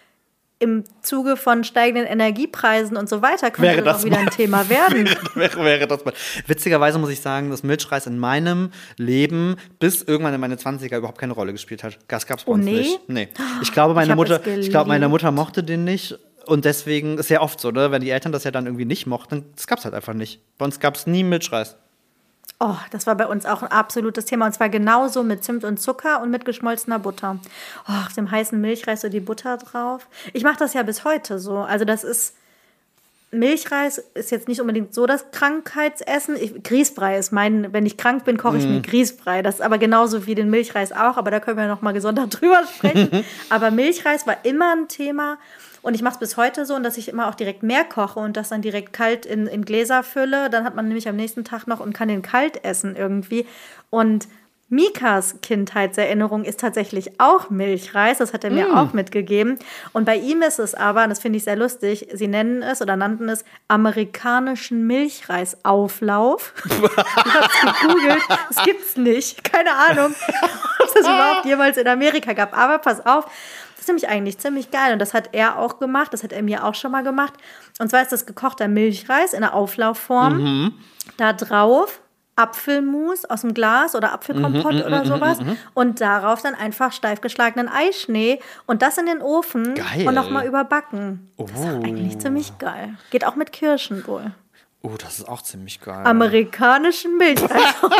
im Zuge von steigenden Energiepreisen und so weiter könnte das auch wieder ein Thema werden.
wäre das mal. Witzigerweise muss ich sagen, dass Milchreis in meinem Leben bis irgendwann in meine 20er überhaupt keine Rolle gespielt hat. Das gab's bei uns nicht. Nee. Ich glaube, meine Mutter mochte den nicht. Und deswegen ist ja oft so, ne? Wenn die Eltern das ja dann irgendwie nicht mochten, das gab's halt einfach nicht. Bei uns gab's nie Milchreis.
Oh, das war bei uns auch ein absolutes Thema. Und zwar genauso mit Zimt und Zucker und mit geschmolzener Butter. Oh, auf dem heißen Milchreis so die Butter drauf. Ich mache das ja bis heute so. Also das ist, Milchreis ist jetzt nicht unbedingt so das Krankheitsessen. Grießbrei ist wenn ich krank bin, koche ich mir Grießbrei. Das ist aber genauso wie den Milchreis auch. Aber da können wir noch mal gesondert drüber sprechen. Aber Milchreis war immer ein Thema. Und ich mache es bis heute so, dass ich immer auch direkt mehr koche und das dann direkt kalt in Gläser fülle. Dann hat man nämlich am nächsten Tag noch und kann den kalt essen irgendwie. Und Mikas Kindheitserinnerung ist tatsächlich auch Milchreis. Das hat er mir auch mitgegeben. Und bei ihm ist es aber, und das finde ich sehr lustig, sie nannten es amerikanischen Milchreisauflauf. Ich habe es gegoogelt. Das gibt's nicht. Keine Ahnung, ob es überhaupt jemals in Amerika gab. Aber pass auf. Das ist nämlich eigentlich ziemlich geil und das hat er auch gemacht, das hat er mir auch schon mal gemacht. Und zwar ist das gekochter Milchreis in der Auflaufform. Da drauf Apfelmus aus dem Glas oder Apfelkompott oder sowas. Und darauf dann einfach steif geschlagenen Eischnee und das in den Ofen und nochmal überbacken. Das ist eigentlich ziemlich geil. Geht auch mit Kirschen wohl.
Oh, das ist auch ziemlich geil.
Amerikanischen Milchreis.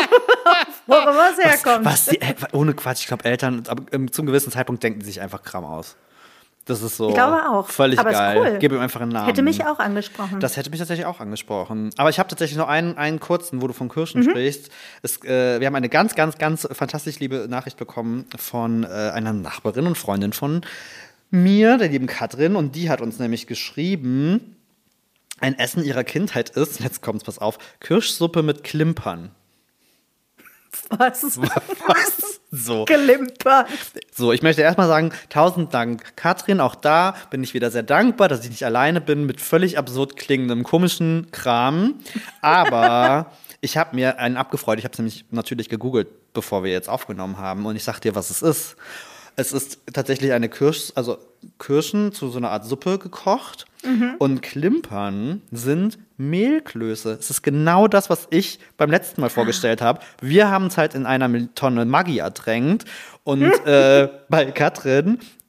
Wo immer es herkommt.
Ohne Quatsch, ich glaube, Eltern zum gewissen Zeitpunkt denken sich einfach Kram aus. Das ist so.
Ich glaube auch.
Völlig
aber
geil.
Ist cool.
Gib ihm einfach einen Namen.
Hätte mich auch angesprochen.
Das hätte mich tatsächlich auch angesprochen. Aber ich habe tatsächlich noch einen kurzen, wo du von Kirschen sprichst. Wir haben eine ganz, ganz, ganz fantastisch liebe Nachricht bekommen von einer Nachbarin und Freundin von mir, der lieben Katrin. Und die hat uns nämlich geschrieben, ein Essen ihrer Kindheit ist, jetzt kommt's, pass auf, Kirschsuppe mit Klimpern.
Was?
So.
Klimpern.
So, ich möchte erstmal sagen, 1000 Dank, Katrin. Auch da bin ich wieder sehr dankbar, dass ich nicht alleine bin mit völlig absurd klingendem, komischen Kram. Aber ich habe mir einen abgefreut. Ich habe es nämlich natürlich gegoogelt, bevor wir jetzt aufgenommen haben. Und ich sag dir, was es ist. Es ist tatsächlich eine Kirschen zu so einer Art Suppe gekocht. Und Klimpern sind Mehlklöße. Es ist genau das, was ich beim letzten Mal vorgestellt habe. Wir haben es halt in einer Tonne Maggi ertränkt. Und bei Katrin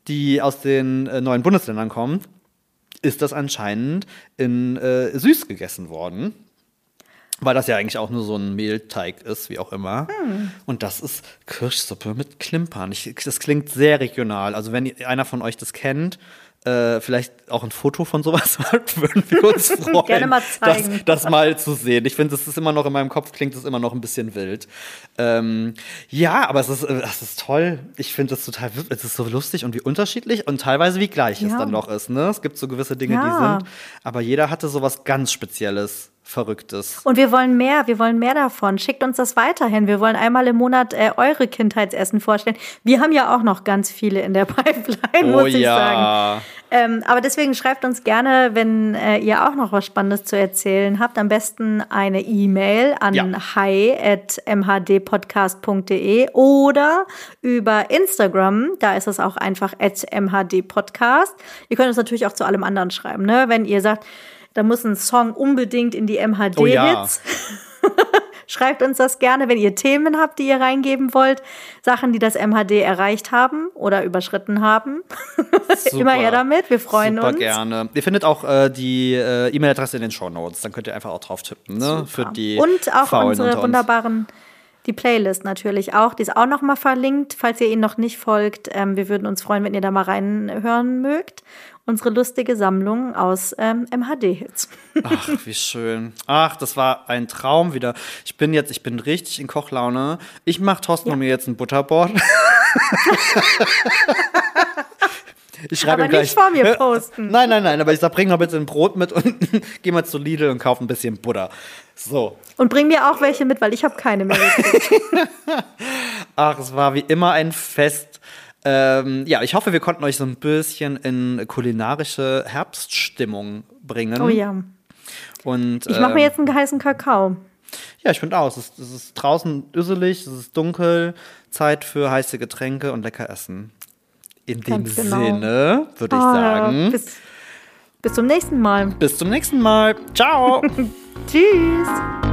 die aus den neuen Bundesländern kommt, ist das anscheinend in süß gegessen worden. Weil das ja eigentlich auch nur so ein Mehlteig ist, wie auch immer. Und das ist Kirschsuppe mit Klimpern. Das klingt sehr regional. Also wenn einer von euch das kennt, vielleicht auch ein Foto von sowas hat, würden wir uns freuen,
gerne mal zeigen.
Das mal zu sehen. Ich finde, das ist immer noch in meinem Kopf, klingt das immer noch ein bisschen wild. Ja, aber das ist toll. Ich finde das total, es ist so lustig und wie unterschiedlich und teilweise wie gleich es dann doch ist. Ne? Es gibt so gewisse Dinge, die sind, aber jeder hatte so was ganz Spezielles. Verrücktes.
Und wir wollen mehr davon. Schickt uns das weiterhin. Wir wollen einmal im Monat eure Kindheitsessen vorstellen. Wir haben ja auch noch ganz viele in der Pipeline, muss ich sagen. Aber deswegen schreibt uns gerne, wenn ihr auch noch was Spannendes zu erzählen habt, am besten eine E-Mail an hi@mhdpodcast.de oder über Instagram, da ist es auch einfach @mhdpodcast. Ihr könnt uns natürlich auch zu allem anderen schreiben, ne? Wenn ihr sagt, da muss ein Song unbedingt in die MHD-Hits. Schreibt uns das gerne, wenn ihr Themen habt, die ihr reingeben wollt. Sachen, die das MHD erreicht haben oder überschritten haben. Immer her damit, wir freuen uns.
Super gerne. Ihr findet auch die E-Mail-Adresse in den Shownotes. Dann könnt ihr einfach auch drauf tippen. Ne? Für die
und auch unsere wunderbaren, die Playlist natürlich auch. Die ist auch noch mal verlinkt, falls ihr ihnen noch nicht folgt. Wir würden uns freuen, wenn ihr da mal reinhören mögt. Unsere lustige Sammlung aus MHD-Hits.
Ach, wie schön. Ach, das war ein Traum wieder. Ich bin richtig in Kochlaune. Ich mache Thorsten und mir jetzt ein Butterbrot. Ich schreibe
aber nicht vor mir posten.
Nein, aber ich sag, bring mal bitte ein Brot mit und geh mal zu Lidl und kauf ein bisschen Butter. So.
Und bring mir auch welche mit, weil ich habe keine mehr gekriegt.
Ach, es war wie immer ein Fest. Ja, ich hoffe, wir konnten euch so ein bisschen in kulinarische Herbststimmung bringen.
Oh ja.
Und,
ich mache mir jetzt einen heißen Kakao.
Ja, ich finde auch. Es ist draußen üsselig, es ist dunkel, Zeit für heiße Getränke und lecker Essen. In dem Sinne würde ich sagen.
Ja, bis zum nächsten Mal.
Bis zum nächsten Mal. Ciao.
Tschüss.